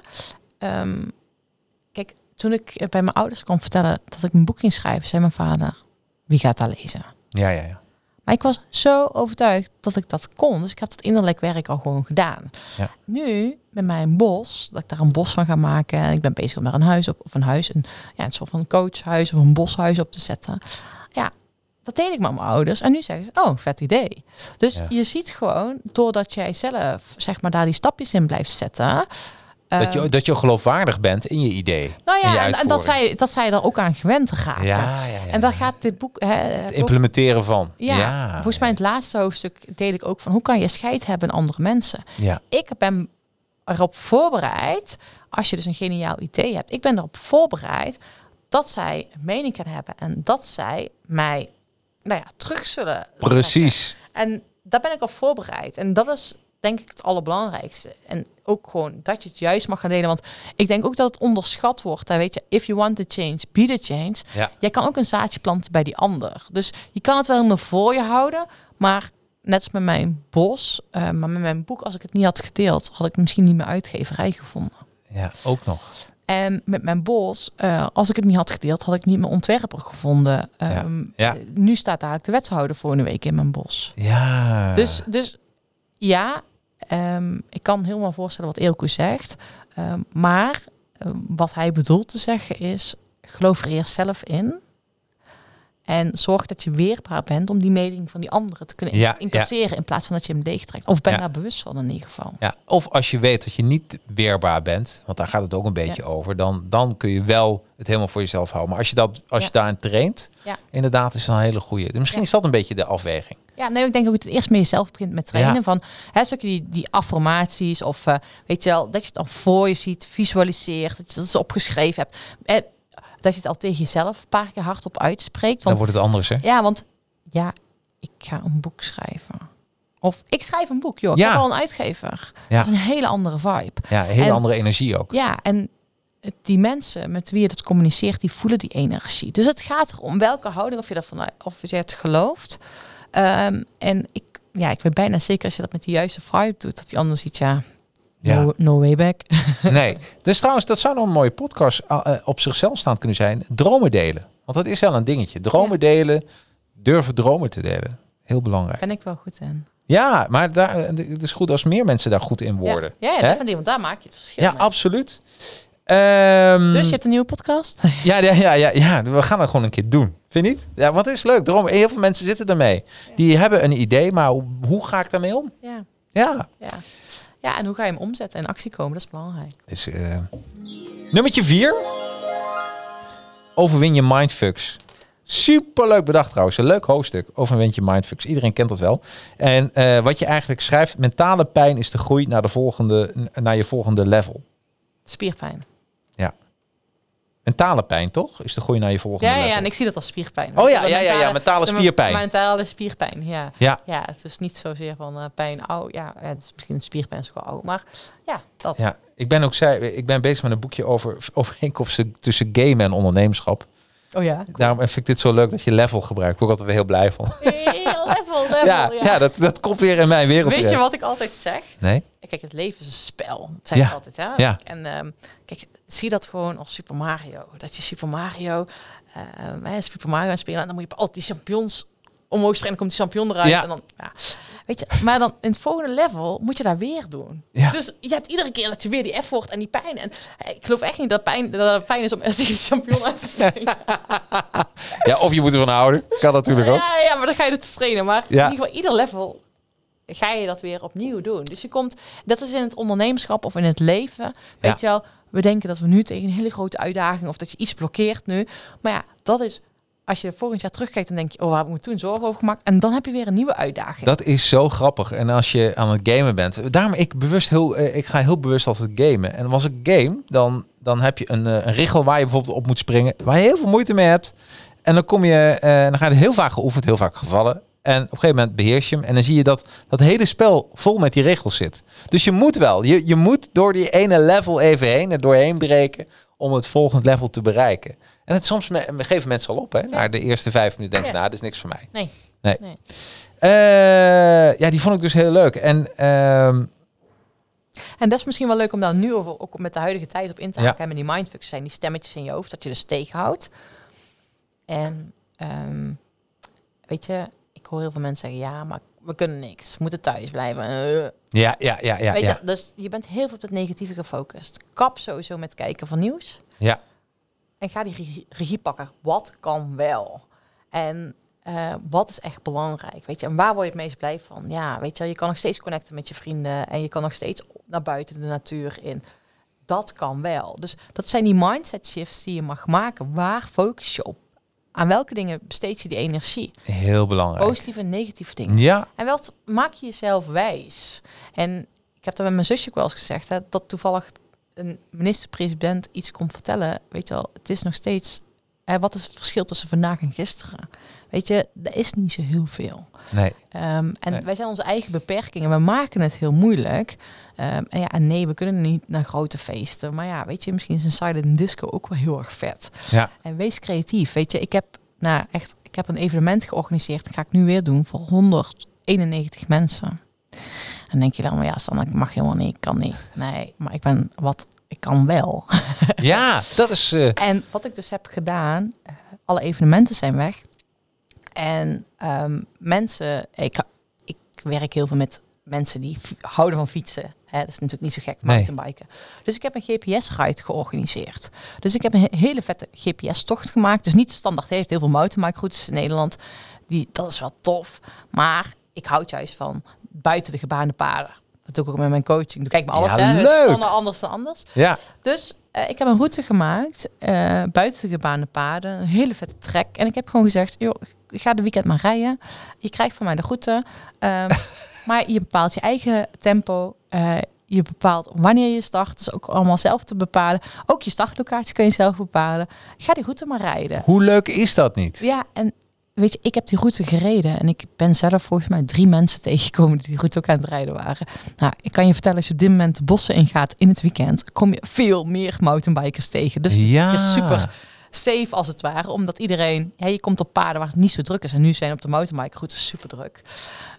toen ik bij mijn ouders kwam vertellen dat ik een boek ging schrijven, zei mijn vader, wie gaat dat lezen?
Ja.
Maar ik was zo overtuigd dat ik dat kon. Dus ik had het innerlijk werk al gewoon gedaan. Ja. Nu, met mijn bos, dat ik daar een bos van ga maken. En ik ben bezig om daar een soort van coachhuis of een boshuis op te zetten. Ja, dat deed ik met mijn ouders. En nu zeggen ze, vet idee. Dus je ziet gewoon, doordat jij zelf, zeg maar, daar die stapjes in blijft zetten.
Dat je geloofwaardig bent in je idee.
Nou ja, en dat zij er ook aan gewend raken. Ja. En dan gaat dit boek...
het implementeren van.
Ja, volgens mij in het laatste hoofdstuk deel ik ook van, hoe kan je scheid hebben in andere mensen? Ja. Ik ben erop voorbereid, als je dus een geniaal idee hebt, ik ben erop voorbereid dat zij een mening gaan hebben en dat zij mij terug zullen.
Precies.
Trekken. En daar ben ik op voorbereid. En dat is denk ik het allerbelangrijkste. En ook gewoon dat je het juist mag gaan delen. Want ik denk ook dat het onderschat wordt. Weet je, if you want the change, be the change. Ja. Jij kan ook een zaadje planten bij die ander. Dus je kan het wel in de voor je houden. Maar net als met mijn bos, maar met mijn boek, als ik het niet had gedeeld, had ik misschien niet meer uitgeverij gevonden.
Ja, ook nog.
En met mijn bos, als ik het niet had gedeeld, had ik niet mijn ontwerper gevonden. Nu staat eigenlijk de wethouder volgende week in mijn bos.
Ja.
Dus ja, ik kan helemaal voorstellen wat Eelco zegt. Maar wat hij bedoelt te zeggen is, geloof er eerst zelf in. En zorg dat je weerbaar bent om die mening van die anderen te kunnen incasseren in plaats van dat je hem leegtrekt. Of ben daar bewust van in ieder geval. Ja,
of als je weet dat je niet weerbaar bent, want daar gaat het ook een beetje over, dan kun je wel het helemaal voor jezelf houden. Maar als je daarin traint, inderdaad is dat een hele goede. Dus misschien is dat een beetje de afweging.
Ja, nee, ik denk ook dat het eerst met jezelf begint met trainen. Van die affirmaties of weet je wel, dat je het dan voor je ziet, visualiseert, dat je dat opgeschreven hebt. Dat je het al tegen jezelf een paar keer hardop uitspreekt. Want,
dan wordt het anders, hè?
Ja, want ik ga een boek schrijven. Of ik schrijf een boek, joh. Ik heb al een uitgever. Ja. Dat is een hele andere vibe.
Ja, een hele andere energie ook.
Ja, en die mensen met wie je het communiceert, die voelen die energie. Dus het gaat erom welke houding, of je het gelooft. En ik weet bijna zeker als je dat met de juiste vibe doet, dat die ander ziet, No way back.
Nee. Dus trouwens, dat zou nog een mooie podcast op zichzelf staand kunnen zijn. Dromen delen. Want dat is wel een dingetje. Dromen delen, durven dromen te delen. Heel belangrijk.
Ben ik wel goed in.
Ja, maar het is goed als meer mensen daar goed in worden.
Ja, definitief, want daar maak je het verschil mee.
Absoluut.
Dus je hebt een nieuwe podcast?
Ja, we gaan dat gewoon een keer doen. Vind je niet? Ja, wat is leuk. Dromen. Heel veel mensen zitten ermee. Die hebben een idee, maar hoe ga ik daarmee om? Ja.
Ja, en hoe ga je hem omzetten en actie komen? Dat is belangrijk.
Dus, nummertje 4. Overwin je mindfucks. Superleuk bedacht trouwens. Een leuk hoofdstuk. Overwin je mindfucks. Iedereen kent dat wel. En wat je eigenlijk schrijft. Mentale pijn is de groei naar je volgende level.
Spierpijn.
Ja. Mentale pijn, toch? Is de groei naar je volgende level.
Ja, en ik zie dat als spierpijn.
Oh ja, mentale spierpijn.
Mentale spierpijn, ja.
Ja,
het is niet zozeer van pijn. Het is misschien een spierpijn, is ook wel oud. Maar ja, dat.
Ja, ik ben bezig met een boekje over overeenkomsten tussen gamen en ondernemerschap.
Oh ja.
Daarom vind ik dit zo leuk dat je level gebruikt. Ik ben ook altijd weer heel blij van.
Level.
Ja, dat komt weer in mijn wereld.
Weet je wat ik altijd zeg?
Nee.
Kijk, het leven is een spel. Zeg ik altijd, hè?
Ja.
En kijk, zie dat gewoon als Super Mario. Dat je Super Mario aan spelen en dan moet je altijd die champions omhoog springen, dan komt die champion eruit.
Ja.
En dan, weet je, maar dan in het volgende level moet je daar weer doen.
Ja.
Dus je hebt iedere keer dat je weer die effort en die pijn. En ik geloof echt niet dat het fijn is om tegen die champion uit te springen.
Ja, of je moet ervan houden. Kan natuurlijk ook.
Ja, maar dan ga je het trainen. Maar in ieder geval, ieder level ga je dat weer opnieuw doen. Dus je komt, dat is in het ondernemerschap of in het leven. Weet je wel, we denken dat we nu tegen een hele grote uitdaging of dat je iets blokkeert nu. Maar ja, dat is, als je volgend jaar terugkijkt, dan denk je, waar heb ik me toen zorgen over gemaakt? En dan heb je weer een nieuwe uitdaging.
Dat is zo grappig. En als je aan het gamen bent, daarom ik ga heel bewust altijd gamen. En als ik game, dan heb je een richel waar je bijvoorbeeld op moet springen, waar je heel veel moeite mee hebt. En dan dan ga je heel vaak geoefend, heel vaak gevallen. En op een gegeven moment beheers je hem. En dan zie je dat hele spel vol met die regels zit. Dus je moet wel. Je moet door die ene level even heen en doorheen breken om het volgende level te bereiken. En het soms geven mensen al op. Hè? Na de eerste 5 minuten denken ze, dit is niks voor mij. Nee. Die vond ik dus heel leuk. En
dat is misschien wel leuk om daar nu ook met de huidige tijd op in te haken. Met die mindfucks zijn die stemmetjes in je hoofd, dat je dus tegenhoudt. En weet je, ik hoor heel veel mensen zeggen, ja, maar we kunnen niks. We moeten thuis blijven.
Ja.
Weet je, dus je bent heel veel op het negatieve gefocust. Kap sowieso met kijken van nieuws.
Ja.
En ga die regie pakken. Wat kan wel? En wat is echt belangrijk? Weet je, en waar word je het meest blij van? Ja, weet je, je kan nog steeds connecten met je vrienden. En je kan nog steeds naar buiten de natuur in. Dat kan wel. Dus dat zijn die mindset shifts die je mag maken. Waar focus je op? Aan welke dingen besteed je die energie?
Heel belangrijk.
Positieve en negatieve dingen.
Ja.
En wel maak je jezelf wijs. En ik heb dat met mijn zusje ook wel eens gezegd. Hè, dat toevallig een minister-president iets komt vertellen. Weet je wel, het is nog steeds... wat is het verschil tussen vandaag en gisteren? Weet je, er is niet zo heel veel.
Nee.
Wij zijn onze eigen beperkingen. We maken het heel moeilijk. We kunnen niet naar grote feesten. Maar ja, weet je, misschien is een silent disco ook wel heel erg vet. Ja. En wees creatief. Weet je, ik heb een evenement georganiseerd. Dat ga ik nu weer doen voor 191 mensen. En denk je dan, maar ja, Sanne, ik mag helemaal niet. Ik kan niet. Nee, maar ik kan wel.
Ja, dat is...
En wat ik dus heb gedaan, alle evenementen zijn weg. En mensen, ik werk heel veel met mensen die houden van fietsen. Dat is natuurlijk niet zo gek, mountainbiken. Dus ik heb een GPS-ride georganiseerd. Dus ik heb een hele vette GPS-tocht gemaakt. Dus niet standaard, heeft heel veel mountainbike-routes in Nederland. Dat is wel tof. Maar ik houd juist van buiten de gebaande paden. Dat doe ik ook met mijn coaching. Dan kijk ik me alles,
leuk.
Anders dan anders.
Ja.
Dus ik heb een route gemaakt, buiten de gebaande paden. Een hele vette trek. En ik heb gewoon gezegd, joh, ik ga de weekend maar rijden. Je krijgt van mij de route. Maar je bepaalt je eigen tempo. Je bepaalt wanneer je start. Dat is ook allemaal zelf te bepalen. Ook je startlocatie kun je zelf bepalen. Ga die route maar rijden.
Hoe leuk is dat niet?
Ja, en weet je, ik heb die route gereden. En ik ben zelf volgens mij 3 mensen tegengekomen die route ook aan het rijden waren. Nou, ik kan je vertellen, als je op dit moment de bossen ingaat in het weekend, kom je veel meer mountainbikers tegen. Dus het is super safe als het ware. Omdat iedereen, je komt op paden waar het niet zo druk is. En nu zijn op de mountainbike routes super druk.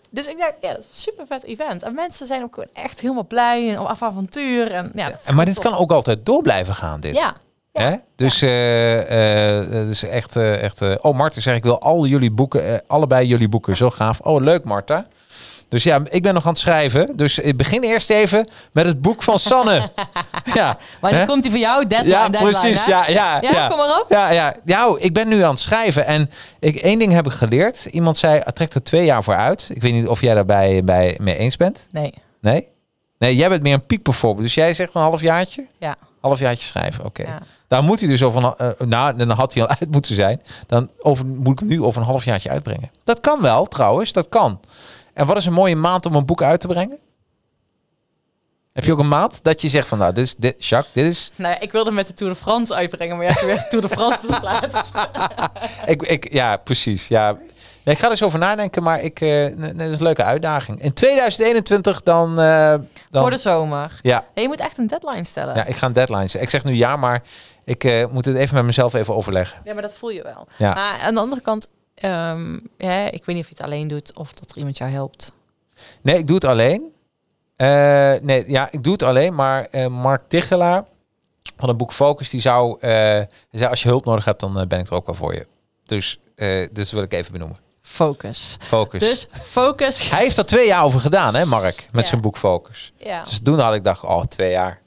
Dus ik dacht, ja, dat is een super vet event. En mensen zijn ook gewoon echt helemaal blij en op avontuur. En, ja, dat is
Maar dit
top.
kan ook altijd door blijven gaan, dit.
Ja.
Hè? Dus, dus echt... oh, Marta zegt, ik wil al jullie boeken, allebei jullie boeken. Zo gaaf. Oh, leuk, Marta. Dus ja, ik ben nog aan het schrijven. Dus ik begin eerst even met het boek van Sanne. Ja.
Maar dan komt hij voor jou,
Ja,
deadline.
precies.
Hè?
Ja,
kom maar op.
Ja. Nou, ik ben nu aan het schrijven. En één ding heb ik geleerd. Iemand zei, trek er 2 jaar voor uit. Ik weet niet of jij daarbij mee eens bent.
Nee.
Nee? Nee, jij bent meer een peak performer. Dus jij zegt een halfjaartje?
Ja.
Halfjaartje schrijven, oké.
Ja.
Dan moet hij dus dan had hij al uit moeten zijn. Dan moet ik hem nu over een halfjaartje uitbrengen. Dat kan wel, trouwens. Dat kan. En wat is een mooie maand om een boek uit te brengen? Heb je ook een maand dat je zegt van, nou, Jacques, dit is...
Nou ja, ik wilde met de Tour de France uitbrengen, maar ja, toen werd de Tour de France verplaatst.
Ja, precies. Ja. Nee, ik ga er eens over nadenken, maar dat is een leuke uitdaging. In 2021 dan...
Voor de zomer.
Ja.
Nee, je moet echt een deadline stellen.
Ja, ik ga een deadline zetten. Ik zeg nu ja, maar ik moet het even met mezelf even overleggen.
Ja, maar dat voel je wel.
Ja.
Maar aan de andere kant, ik weet niet of je het alleen doet of dat er iemand jou helpt.
Nee, ik doe het alleen. Ik doe het alleen. Maar Mark Tichelaar van het boek Focus, die zei, als je hulp nodig hebt, dan ben ik er ook wel voor je. Dus dat wil ik even benoemen.
Focus.
Dus
focus.
Hij heeft er 2 jaar over gedaan, hè, Mark, met zijn boek Focus.
Ja.
Dus toen had ik gedacht, 2 jaar.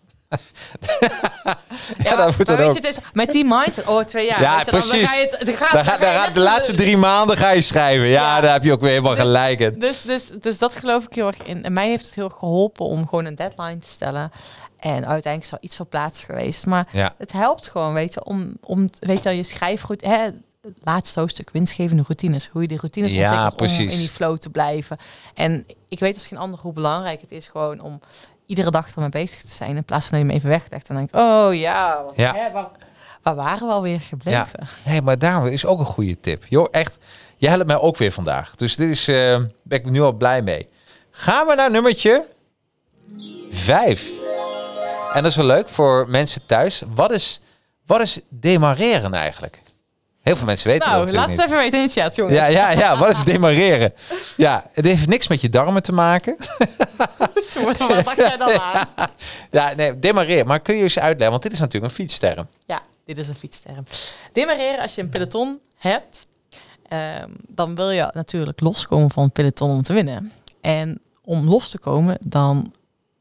Ja, maar weet je, het is met die mindset, 2 jaar.
Ja,
weet je, dan
precies.
Dan ga je
De laatste 3 maanden ga je schrijven. Ja, daar heb je ook weer helemaal gelijk in.
Dus dat geloof ik heel erg in. En mij heeft het heel erg geholpen om gewoon een deadline te stellen. En uiteindelijk is er iets verplaatst geweest. Maar het helpt gewoon, weet je, om weet je, je schrijfroutine... Het laatste hoofdstuk, winstgevende routines. Hoe je die routines ontwikkelt om in die flow te blijven. En ik weet als geen ander hoe belangrijk het is gewoon om iedere dag ermee bezig te zijn. In plaats van dat je hem even weglegt en denkt, waar waren we alweer gebleven?
Ja. Hey, maar daar is ook een goede tip. Joh, echt, jij helpt mij ook weer vandaag. Dus dit is, ben ik nu al blij mee. Gaan we naar nummertje 5. En dat is wel leuk voor mensen thuis. Wat is demareren eigenlijk? Heel veel mensen weten dat natuurlijk
laat het even weten in de chat, jongens.
Ja, wat is demareren? Ja, het heeft niks met je darmen te maken.
Wat dacht jij dan aan?
Ja, nee, demareren. Maar kun je eens uitleggen? Want dit is natuurlijk een fietsterm.
Ja, dit is een fietsterm. Demareren, als je een peloton hebt, dan wil je natuurlijk loskomen van het peloton om te winnen. En om los te komen, dan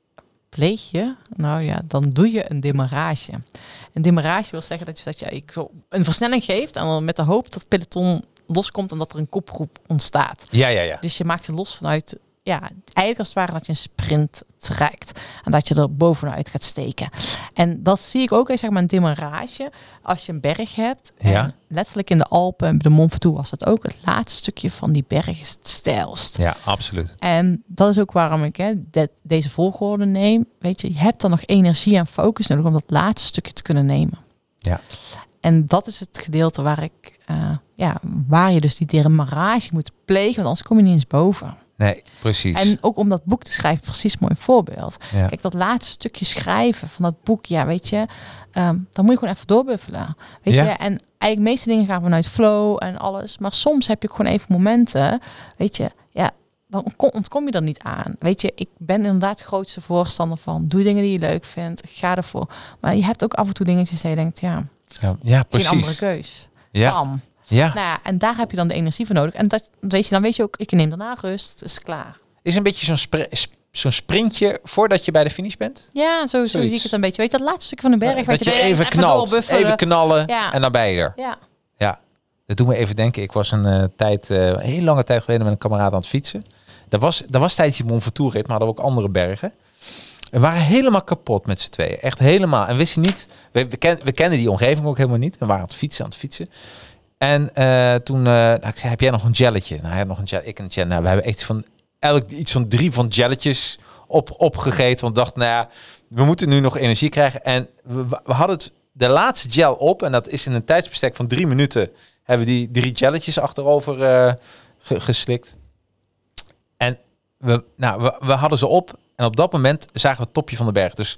dan doe je een demarrage. Een demarrage wil zeggen dat je een versnelling geeft en dan met de hoop dat het peloton loskomt en dat er een kopgroep ontstaat.
Ja.
Dus je maakt je los vanuit, eigenlijk als het ware dat je een sprint trekt en dat je er bovenuit gaat steken. En dat zie ik ook in een demarrage als je een berg hebt. En letterlijk in de Alpen, de Mont Ventoux was dat ook. Het laatste stukje van die berg is het steilst.
Ja, absoluut.
En dat is ook waarom ik deze volgorde neem. Weet je hebt dan nog energie en focus nodig om dat laatste stukje te kunnen nemen.
Ja.
En dat is het gedeelte waar je dus die demarrage moet plegen, want anders kom je niet eens boven.
Nee, precies.
En ook om dat boek te schrijven, precies een mooi voorbeeld.
Ja.
Kijk, dat laatste stukje schrijven van dat boek, weet je, dan moet je gewoon even doorbuffelen. Weet je, en eigenlijk de meeste dingen gaan vanuit flow en alles. Maar soms heb je ook gewoon even momenten, weet je, dan ontkom je er niet aan. Weet je, ik ben inderdaad de grootste voorstander van, doe dingen die je leuk vindt, ga ervoor. Maar je hebt ook af en toe dingetjes dat je denkt,
precies.
geen andere keus.
Ja.
Bam.
Ja.
Nou ja, en daar heb je dan de energie voor nodig. En dan weet je ook, ik neem daarna rust, is klaar.
Is een beetje zo'n sprintje voordat je bij de finish bent?
Ja, zo zie ik het een beetje. Weet je, dat laatste stukje van de berg.
Dat je even knalt, even knallen en dan ben je er.
Ja.
Dat doet me even denken. Ik was een heel lange tijd geleden met een kameraad aan het fietsen. Dat was tijdens die Mont Ventoux rit, maar hadden we ook andere bergen. We waren helemaal kapot met z'n tweeën. Echt helemaal. En wisten niet, we kenden die omgeving ook helemaal niet. We waren aan het fietsen. En toen, ik zei, heb jij nog een jelletje? Nou, hij had nog een jelletje. Ik en een jelletje. Nou, we hebben iets van 3 van jelletjes opgegeten. Want we dachten, we moeten nu nog energie krijgen. En we hadden de laatste gel op. En dat is in een tijdsbestek van 3 minuten. Hebben we die 3 jelletjes achterover geslikt. En we hadden ze op. En op dat moment zagen we het topje van de berg. Dus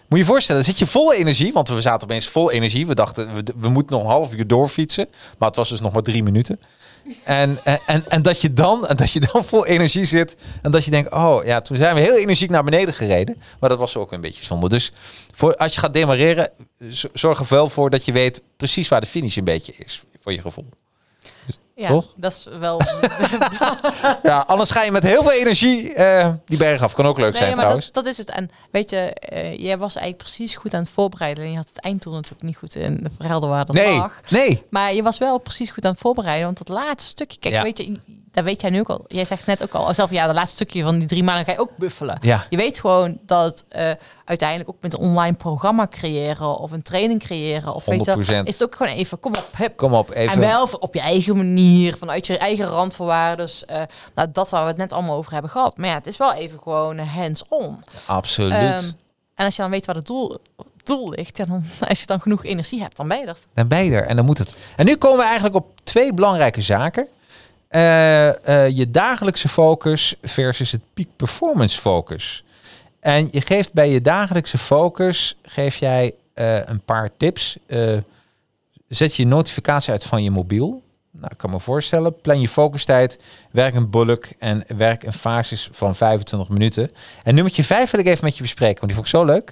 Moet je je voorstellen, dan zit je vol energie. Want we zaten opeens vol energie. We dachten, we moeten nog een half uur doorfietsen. Maar het was dus nog maar 3 minuten. En dat je dan vol energie zit. En dat je denkt, oh ja, toen zijn we heel energiek naar beneden gereden. Maar dat was ook een beetje zonde. Dus als je gaat demareren, zorg er wel voor dat je weet precies waar de finish een beetje is. Voor je gevoel.
Ja,
toch?
Dat is wel...
Ja, anders ga je met heel veel energie die berg af. Kan ook leuk zijn
maar
trouwens.
Dat is het. En weet je, jij was eigenlijk precies goed aan het voorbereiden. En je had het einddoel natuurlijk niet goed in de verhelder waar dat lag.
Nee.
Maar je was wel precies goed aan het voorbereiden. Want dat laatste stukje, kijk, weet je, dat weet jij nu ook al. Jij zegt net ook al zelf, ja, dat laatste stukje van die 3 maanden ga je ook buffelen.
Ja.
Je weet gewoon dat uiteindelijk ook met een online programma creëren of een training creëren. Of 100%. Weet je, is het ook gewoon even, kom op, even. En wel op je eigen manier, vanuit je eigen randvoorwaarden. Dus, dat waar we het net allemaal over hebben gehad. Maar ja, het is wel even gewoon hands-on.
Absoluut.
En als je dan weet waar het doel ligt, ja, dan, als je dan genoeg energie hebt, dan ben je er.
Dan ben je er en dan moet het. En nu komen we eigenlijk op 2 belangrijke zaken. Je dagelijkse focus versus het peak performance focus. En je geeft bij je dagelijkse focus, geef jij een paar tips. Zet je notificatie uit van je mobiel. Nou, ik kan me voorstellen. Plan je focustijd. Werk een bulk en werk een fases van 25 minuten. En nummertje 5 wil ik even met je bespreken, want die vond ik zo leuk.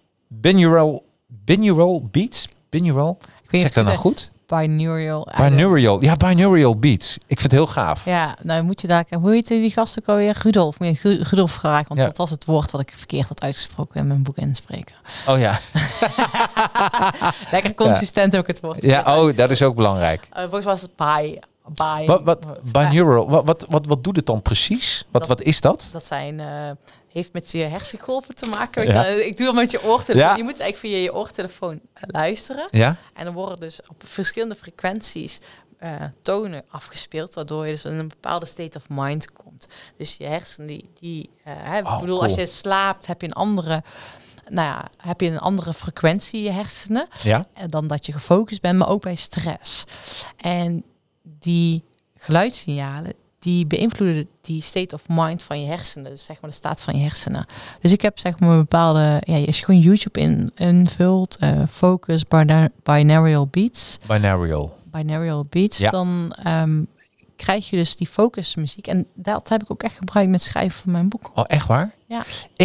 Binaural beats. Binaural. Zeg dat nou goed? Binaural. Ja, binaural beats. Ik vind het heel gaaf.
Ja, nou moet je daar... Hoe heet die gast ook alweer? Rudolf. Rudolf geraakt, want dat was het woord wat ik verkeerd had uitgesproken in mijn boek inspreken.
Oh ja.
Lekker consistent ook het woord.
Ja, dat is ook belangrijk.
Volgens was het
binaural. Wat doet het dan precies? Wat is dat?
Dat zijn... heeft met je hersengolven te maken. Weet je? Ik doe dat met je oortelefoon. Je moet eigenlijk via je oortelefoon luisteren. Ja. En dan worden dus op verschillende frequenties tonen afgespeeld, waardoor je dus in een bepaalde state of mind komt. Dus je hersenen cool. Als je slaapt heb je een andere frequentie in je hersenen. Ja. Dan dat je gefocust bent, maar ook bij stress. En die geluidssignalen die beïnvloeden die state of mind van je hersenen. Dus zeg maar de staat van je hersenen. Dus ik heb zeg maar een bepaalde... Ja, als je gewoon YouTube invult, focus, binaural beats. Binaural beats. Ja. Dan krijg je dus die focusmuziek. En dat heb ik ook echt gebruikt met schrijven van mijn boek.
Oh, echt waar?
Ja.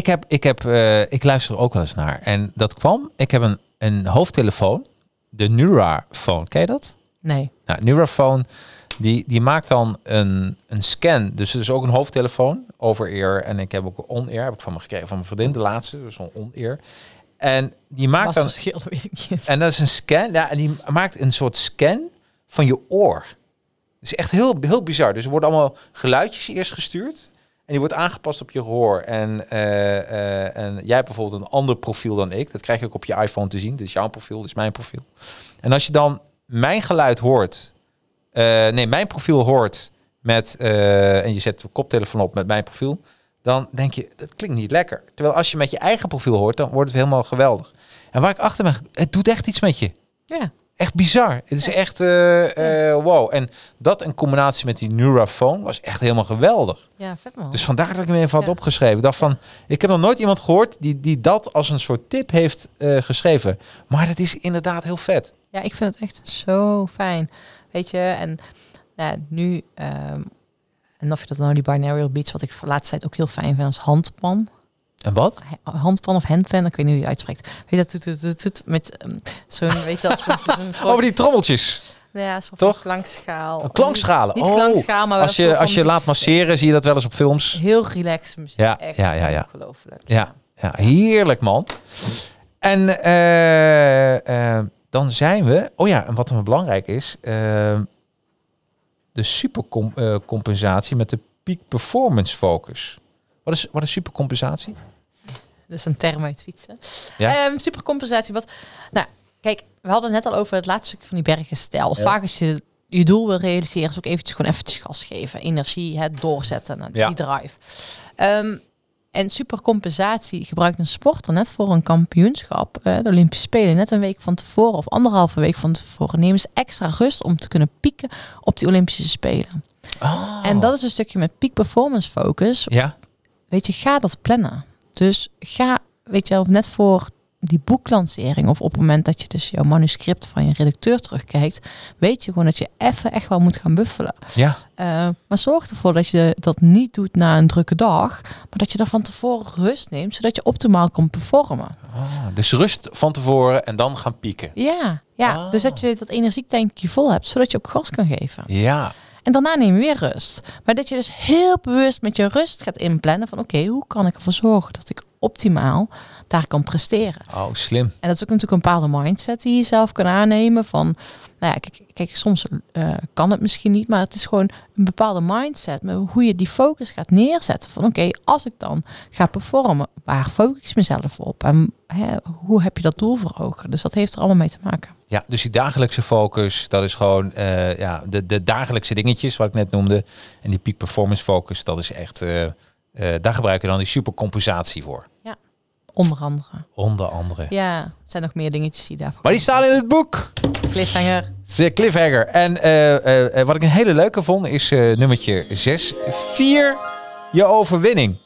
Ik luister er ook wel eens naar. En dat kwam... Ik heb een hoofdtelefoon. De Neuraphone. Ken je dat?
Nee.
Nou, Neuraphone... Die maakt dan een scan. Dus het is ook een hoofdtelefoon, over-ear. En ik heb ook on-ear, heb ik van me gekregen van mijn vriendin, de laatste, dus een on-ear. En die maakt dan...
verschil, weet ik niet.
En dat is een scan, ja, en die maakt een soort scan van je oor. Het is echt heel, heel bizar. Dus er worden allemaal geluidjes eerst gestuurd. En die wordt aangepast op je gehoor. En jij hebt bijvoorbeeld een ander profiel dan ik. Dat krijg je ook op je iPhone te zien. Dit is jouw profiel, dit is mijn profiel. En als je dan mijn geluid hoort... mijn profiel hoort met... en je zet de koptelefoon op met mijn profiel... dan denk je, dat klinkt niet lekker. Terwijl als je met je eigen profiel hoort... dan wordt het helemaal geweldig. En waar ik achter ben... het doet echt iets met je.
Ja.
Echt bizar. Het is echt wow. En dat in combinatie met die Neuraphone... was echt helemaal geweldig.
Ja, vet man.
Dus vandaar dat ik me even had opgeschreven. Ik dacht van... ik heb nog nooit iemand gehoord... die dat als een soort tip heeft geschreven. Maar dat is inderdaad heel vet.
Ja, ik vind het echt zo fijn. Weet je, en nu, en of je dat nou die binaural beats, wat ik de laatste tijd ook heel fijn vind als handpan.
En wat?
Handpan of handpan, ik weet niet hoe je het uitspreekt. Weet je, dat met zo'n, weet je dat, zo'n
over die trommeltjes.
Ja, zo'n klankschaal.
Klankschalen.
Niet klankschaal, maar
als je laat masseren, zie je dat wel eens op films.
Heel relaxed muziek.
Ja,
echt ongelooflijk. Ja, heerlijk man. En dan zijn we... Oh ja, en wat dan belangrijk is... de supercompensatie met de peak performance focus. Wat is supercompensatie? Dat is een term uit fietsen. Ja? Supercompensatie, Nou, kijk, we hadden het net al over het laatste stukje van die bergenstijl. Ja. Vaak als je je doel wil realiseren... is ook eventjes gas geven. Energie, het doorzetten, die drive. En supercompensatie gebruikt een sporter net voor een kampioenschap, de Olympische Spelen, net een week van tevoren of 1,5 week van tevoren. Nemen ze extra rust om te kunnen pieken op die Olympische Spelen. Oh. En dat is een stukje met peak performance focus.
Ja.
Weet je, ga dat plannen. Dus ga, weet je wel, net voor die boeklancering of op het moment dat je dus jouw manuscript van je redacteur terugkijkt, weet je gewoon dat je even echt wel moet gaan buffelen.
Ja.
Maar zorg ervoor dat je dat niet doet na een drukke dag, maar dat je daar van tevoren rust neemt, zodat je optimaal kan performen.
Dus rust van tevoren en dan gaan pieken.
Ja. Dus dat je dat energietankje vol hebt, zodat je ook gas kan geven.
Ja.
En daarna neem je weer rust. Maar dat je dus heel bewust met je rust gaat inplannen van oké, hoe kan ik ervoor zorgen dat ik optimaal daar kan presteren.
Oh, slim.
En dat is ook natuurlijk een bepaalde mindset die je zelf kan aannemen van, nou ja, kijk soms kan het misschien niet, maar het is gewoon een bepaalde mindset met hoe je die focus gaat neerzetten van oké, als ik dan ga performen, waar focus ik mezelf op? En hoe heb je dat doel voor ogen? Dus dat heeft er allemaal mee te maken.
Ja, dus die dagelijkse focus, dat is gewoon de dagelijkse dingetjes wat ik net noemde. En die peak performance focus, dat is echt, daar gebruik je dan die supercompensatie voor.
Ja, onder andere.
Onder andere.
Ja, er zijn nog meer dingetjes die daarvoor.
Maar die staan in het boek.
Cliffhanger.
Cliffhanger. En wat ik een hele leuke vond is nummertje 6. 4 je overwinning.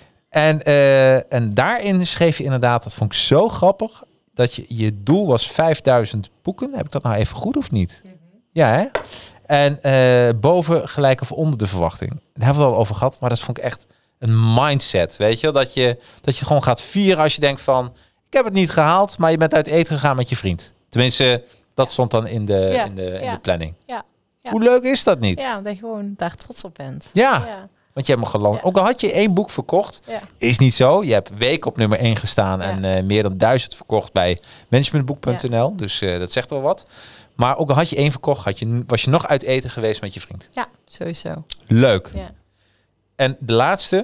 En daarin schreef je inderdaad, dat vond ik zo grappig, dat je doel was 5000 boeken. Heb ik dat nou even goed of niet? Mm-hmm. Ja, hè? En boven gelijk of onder de verwachting. Daar hebben we het al over gehad, maar dat vond ik echt een mindset. Weet je? Dat je het gewoon gaat vieren als je denkt van, ik heb het niet gehaald, maar je bent uit eten gegaan met je vriend. Tenminste, dat stond dan in de planning.
Ja.
Hoe leuk is dat niet?
Ja, dat je gewoon daar trots op bent.
Ja. Want je hebt hem geland. Ja. Ook al had je 1 boek verkocht, is niet zo. Je hebt weken op nummer 1 gestaan en meer dan 1000 verkocht bij managementboek.nl. Dus dat zegt wel wat. Maar ook al had je 1 verkocht, was je nog uit eten geweest met je vriend.
Ja, sowieso.
Leuk.
Ja.
En de laatste.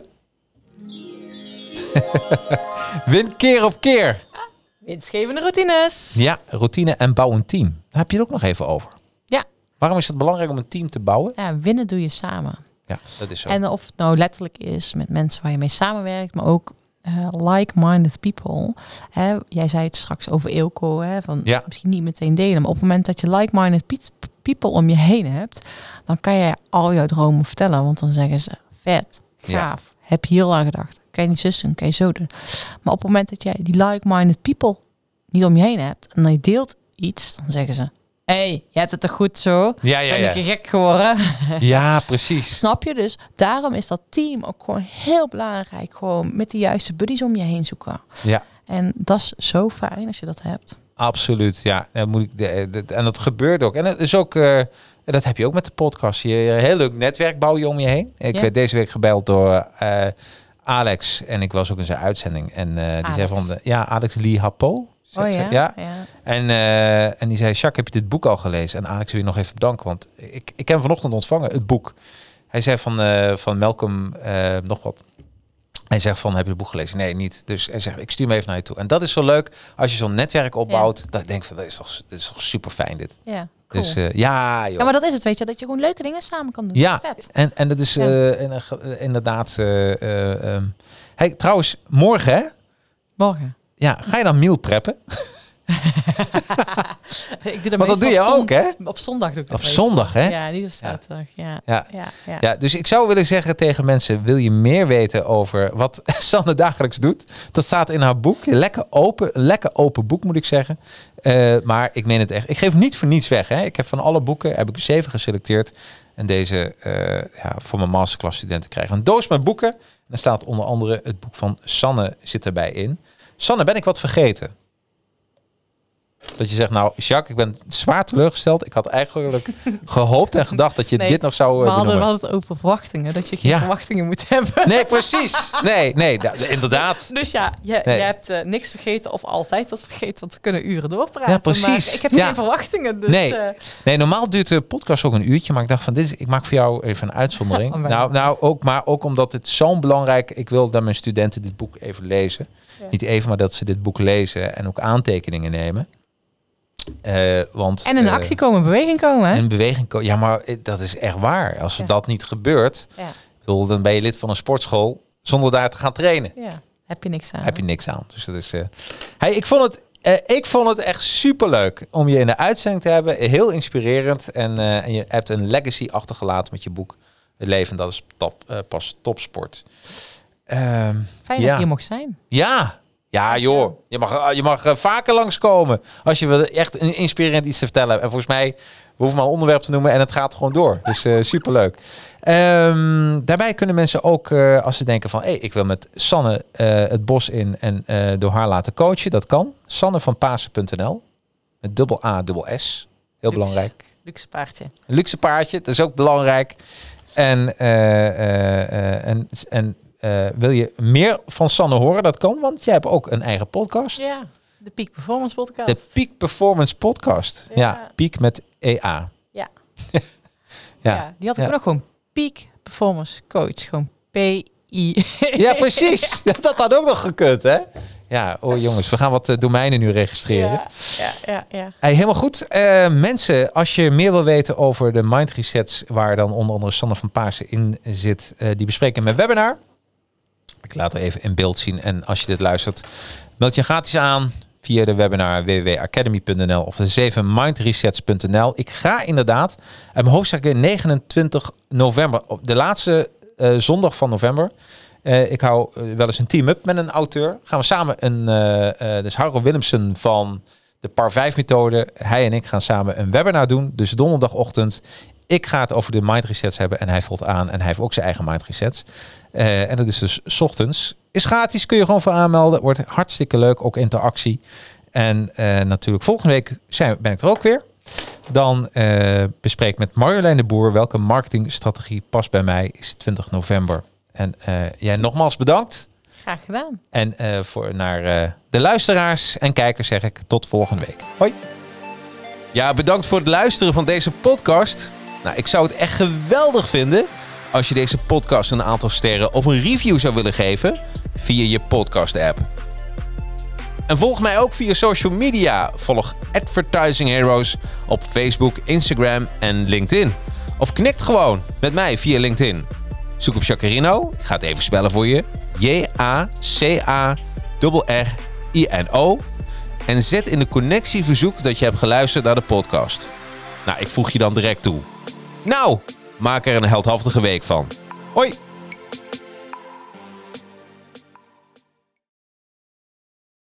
Win keer op keer.
Winstgevende routines.
Ja, routine en bouw een team. Daar heb je het ook nog even over.
Ja.
Waarom is het belangrijk om een team te bouwen?
Ja, winnen doe je samen.
Ja, dat is zo.
En of het nou letterlijk is met mensen waar je mee samenwerkt, maar ook like-minded people. Jij zei het straks over Eelco, van misschien niet meteen delen, maar op het moment dat je like-minded people om je heen hebt, dan kan je al jouw dromen vertellen, want dan zeggen ze, vet, gaaf, heb je heel lang gedacht, kan je niet zo doen, kan je zo doen. Maar op het moment dat jij die like-minded people niet om je heen hebt en dan je deelt iets, dan zeggen ze, hey, je hebt het toch goed zo?
Ja.
Ben ik gek geworden?
Ja, precies.
Snap je? Dus daarom is dat team ook gewoon heel belangrijk. Gewoon met de juiste buddies om je heen zoeken.
Ja.
En dat is zo fijn als je dat hebt.
Absoluut, ja. En dat gebeurt ook. En het is ook, dat heb je ook met de podcast. Je een heel leuk netwerk bouw je om je heen. Ik werd deze week gebeld door Alex. En ik was ook in zijn uitzending. En die zei van, Alex Lee Hapo. Ja. En die zei, Jacques, heb je dit boek al gelezen? En Alex wil je nog even bedanken, want ik heb hem vanochtend ontvangen, het boek. Hij zei van Malcolm nog wat. Hij zegt van, heb je het boek gelezen? Nee, niet. Dus hij zegt, ik stuur me even naar je toe. En dat is zo leuk, als je zo'n netwerk opbouwt. Ja. Dat denk ik van, dit is toch super fijn dit.
Ja, cool.
Dus joh. Ja,
maar dat is het, weet je, dat je gewoon leuke dingen samen kan doen.
Ja,
vet.
En dat is inderdaad... Hey, trouwens, morgen hè?
Morgen.
Ja, ga je dan meal preppen?
Ik doe dat
maar dat doe je ook, hè?
Op zondag doe ik dat.
Op zondag, hè?
Ja, niet op zaterdag.
Ja, dus ik zou willen zeggen tegen mensen, wil je meer weten over wat Sanne dagelijks doet? Dat staat in haar boek. Lekker open boek, moet ik zeggen. Maar ik meen het echt. Ik geef niet voor niets weg, hè? Ik heb van alle boeken, heb ik 7 geselecteerd. En deze voor mijn masterclass studenten krijgen een doos met boeken. En daar staat onder andere het boek van Sanne zit erbij in. Sanne, ben ik wat vergeten? Dat je zegt, nou, Jacques, ik ben zwaar teleurgesteld. Ik had eigenlijk gehoopt en gedacht dat je dit nog zou
we hadden het over verwachtingen. Dat je geen verwachtingen moet hebben.
Nee, precies. Nee, inderdaad.
Dus ja, je hebt niks vergeten of altijd wat vergeten. Want we kunnen uren doorpraten.
Ja, precies.
Maar ik heb geen verwachtingen. Dus,
nee, normaal duurt de podcast ook een uurtje. Maar ik dacht van, ik maak voor jou even een uitzondering. ook omdat het zo'n belangrijk... Ik wil dat mijn studenten dit boek even lezen. Ja. Niet even, maar dat ze dit boek lezen en ook aantekeningen nemen. Want,
en in actie komen, beweging komen. Hè?
En beweging komen. Ja, maar dat is echt waar. Als dat niet gebeurt, dan ben je lid van een sportschool zonder daar te gaan trainen.
Ja, heb je niks aan.
Heb je niks aan. Dus dat is. Ik vond het echt superleuk om je in de uitzending te hebben. Heel inspirerend. En je hebt een legacy achtergelaten met je boek. Het leven, dat is pas topsport.
Fijn dat je hier mocht zijn.
Ja, Ja joh, je mag vaker langskomen als je echt een inspirerend iets te vertellen hebt. En volgens mij, we hoeven maar een onderwerp te noemen en het gaat gewoon door. Dus superleuk. Daarbij kunnen mensen ook, als ze denken van... ik wil met Sanne het bos in en door haar laten coachen. Dat kan. sannevanpasen.nl met dubbel A, dubbel S. Heel belangrijk.
Luxe paardje.
Een luxe paardje, dat is ook belangrijk. En wil je meer van Sanne horen? Dat kan, want jij hebt ook een eigen podcast.
Ja, de Peak Performance Podcast.
De Peak Performance Podcast. Ja, Peak met EA.
Ja.
Ja,
die had ik ook nog gewoon Peak Performance Coach. Gewoon P-I.
Ja, precies. Dat had ook nog gekund, hè? Ja, jongens, we gaan wat domeinen nu registreren.
Ja.
Hey, helemaal goed. Mensen, als je meer wil weten over de Mind Resets, waar dan onder andere Sanne van Pasen in zit, die bespreken in mijn webinar. Ik laat er even in beeld zien. En als je dit luistert, meld je gratis aan via de webinar www.academy.nl of de 7mindresets.nl. Ik ga inderdaad, uit mijn hoofd zeggen 29 november, de laatste zondag van november. Ik hou wel eens een team-up met een auteur. Gaan we samen dus Harro Willemsen van de Par 5 methode. Hij en ik gaan samen een webinar doen. Dus donderdagochtend. Ik ga het over de Mind Resets hebben en hij vult aan. En hij heeft ook zijn eigen Mind Resets. En dat is dus 's ochtends. Is gratis, kun je gewoon voor aanmelden. Wordt hartstikke leuk, ook interactie. En natuurlijk volgende week ben ik er ook weer. Dan bespreek ik met Marjolein de Boer welke marketingstrategie past bij mij. Is 20 november. En jij nogmaals bedankt.
Graag gedaan.
En naar de luisteraars en kijkers zeg ik tot volgende week. Hoi. Ja, bedankt voor het luisteren van deze podcast. Nou, ik zou het echt geweldig vinden als je deze podcast een aantal sterren of een review zou willen geven via je podcast app. En volg mij ook via social media. Volg Advertising Heroes op Facebook, Instagram en LinkedIn. Of knikt gewoon met mij via LinkedIn. Zoek op Jacarino. Ik ga het even spellen voor je. J-A-C-A-R-R-I-N-O. En zet in de connectieverzoek dat je hebt geluisterd naar de podcast. Nou, ik voeg je dan direct toe. Nou, maak er een heldhaftige week van. Hoi!